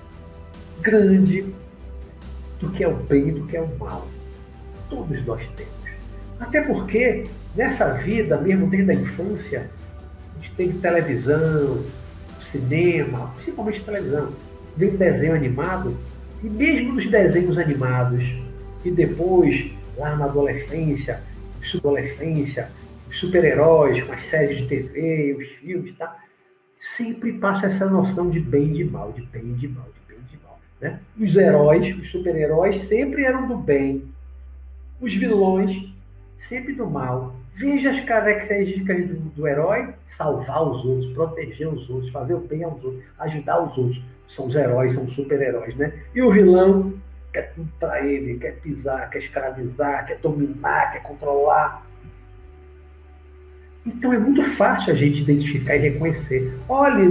grande do que é o bem e do que é o mal. Todos nós temos. Até porque, nessa vida, mesmo desde a infância, a gente tem televisão, cinema, principalmente televisão, vem desenho animado, e mesmo nos desenhos animados, e depois, lá na adolescência, os super-heróis, com as séries de TV, os filmes, tá? Sempre passa essa noção de bem e de mal, de bem e de mal, de bem e de mal. Né? Os heróis, os super-heróis, sempre eram do bem. Os vilões, sempre do mal. Veja as características do herói: salvar os outros, proteger os outros, fazer o bem aos outros, ajudar os outros. São os heróis, são os super-heróis, né? E o vilão quer tudo para ele, quer pisar, quer escravizar, quer dominar, quer controlar. Então é muito fácil a gente identificar e reconhecer. Olhe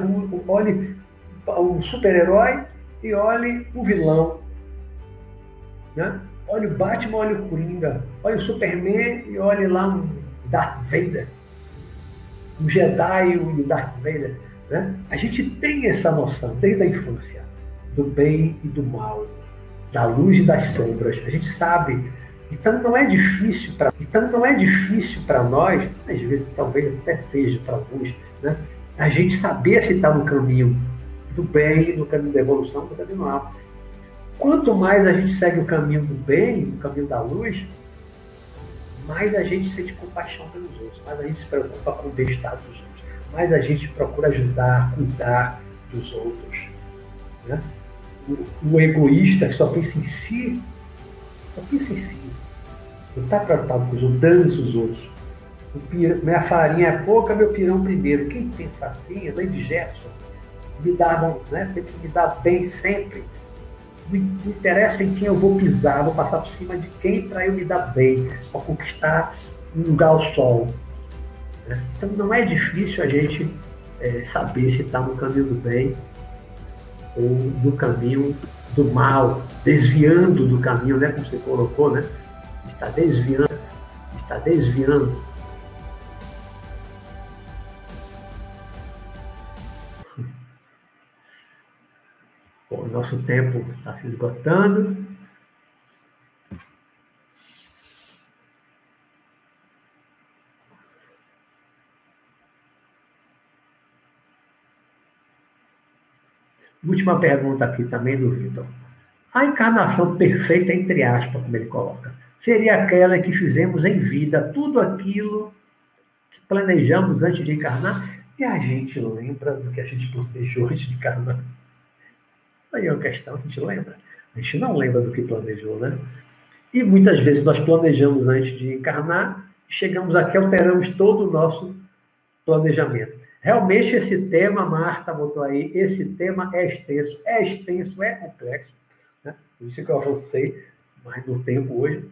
o super-herói e olhe o vilão. Né? Olha o Batman, olha o Coringa, olha o Superman e olha lá um Darth Vader. Um Jedi e o Darth Vader. Né? A gente tem essa noção desde a infância do bem e do mal, da luz e das sombras. A gente sabe Então não é difícil para nós, às vezes talvez até seja para alguns, né, a gente saber se está no caminho do bem, no caminho da evolução, no caminho do mal. Quanto mais a gente segue o caminho do bem, o caminho da luz, mais a gente sente compaixão pelos outros, mais a gente se preocupa com o bem-estar dos outros, mais a gente procura ajudar, cuidar dos outros. Né? O egoísta que só pensa em si, só pensa em si. Não está preocupado com os outros, dane-se os outros. Minha farinha é pouca, meu pirão primeiro. Quem pensa assim é Lady Jefferson. Me davam, né? Tem que me dar bem sempre. Não interessa em quem eu vou pisar, vou passar por cima de quem para eu me dar bem, para conquistar um lugar ao sol. Né? Então não é difícil a gente saber se está no caminho do bem ou no caminho do mal, desviando do caminho, né? Como você colocou, né? Está desviando, está desviando. Bom, o nosso tempo está se esgotando. Última pergunta aqui também do Vitor. A encarnação perfeita, entre aspas, como ele coloca, seria aquela que fizemos em vida tudo aquilo que planejamos antes de encarnar e a gente lembra do que a gente planejou antes de encarnar. Aí é uma questão, a gente lembra. A gente não lembra do que planejou, né? E muitas vezes nós planejamos antes de encarnar, chegamos aqui, alteramos todo o nosso planejamento. Realmente esse tema, Marta botou aí, esse tema é extenso, é complexo, né? Por isso que eu avancei mais no tempo hoje.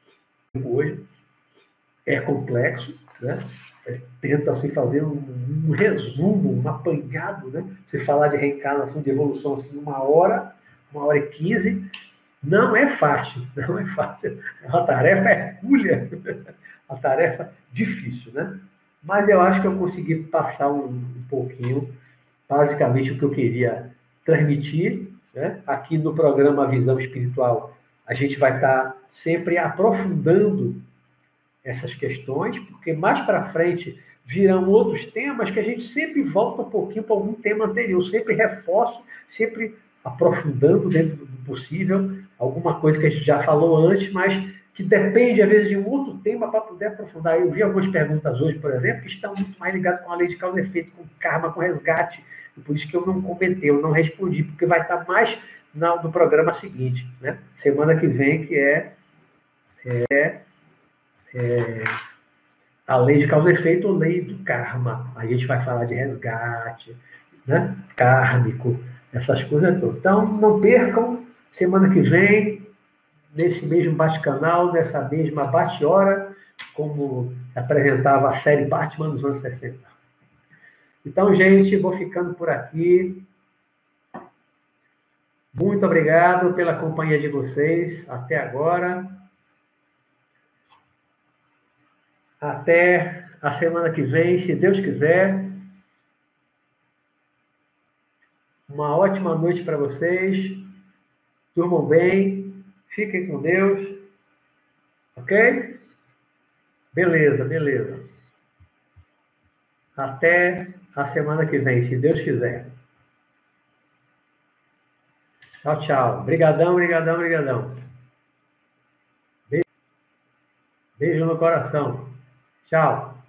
É complexo, né? Tenta-se fazer um resumo, um apanhado, né? Se falar de reencarnação, de evolução, assim, 1 hora e 15, não é fácil, não é fácil. É uma tarefa hercúlea, uma tarefa difícil, né? Mas eu acho que eu consegui passar um pouquinho, basicamente, o que eu queria transmitir, né? Aqui no programa Visão Espiritual, a gente vai estar sempre aprofundando essas questões, porque mais para frente virão outros temas que a gente sempre volta um pouquinho para algum tema anterior, sempre reforço, sempre aprofundando dentro do possível alguma coisa que a gente já falou antes, mas que depende, às vezes, de um outro tema para poder aprofundar. Eu vi algumas perguntas hoje, por exemplo, que estão muito mais ligadas com a lei de causa e efeito, com karma, com resgate, e por isso que eu não comentei, eu não respondi, porque vai estar mais no programa seguinte, né? Semana que vem, que é a lei de causa e efeito ou lei do karma. A gente vai falar de resgate, né? Kármico, essas coisas todas. Então, não percam, semana que vem, nesse mesmo bate-canal, nessa mesma bate-hora, como apresentava a série Batman nos anos 60. Então, gente, vou ficando por aqui. Muito obrigado pela companhia de vocês até agora. Até a semana que vem, se Deus quiser. Uma ótima noite para vocês. Durmam bem. Fiquem com Deus. Ok? Beleza, beleza. Até a semana que vem, se Deus quiser. Tchau, tchau. Obrigadão, obrigadão, obrigadão. Beijo no coração. Tchau.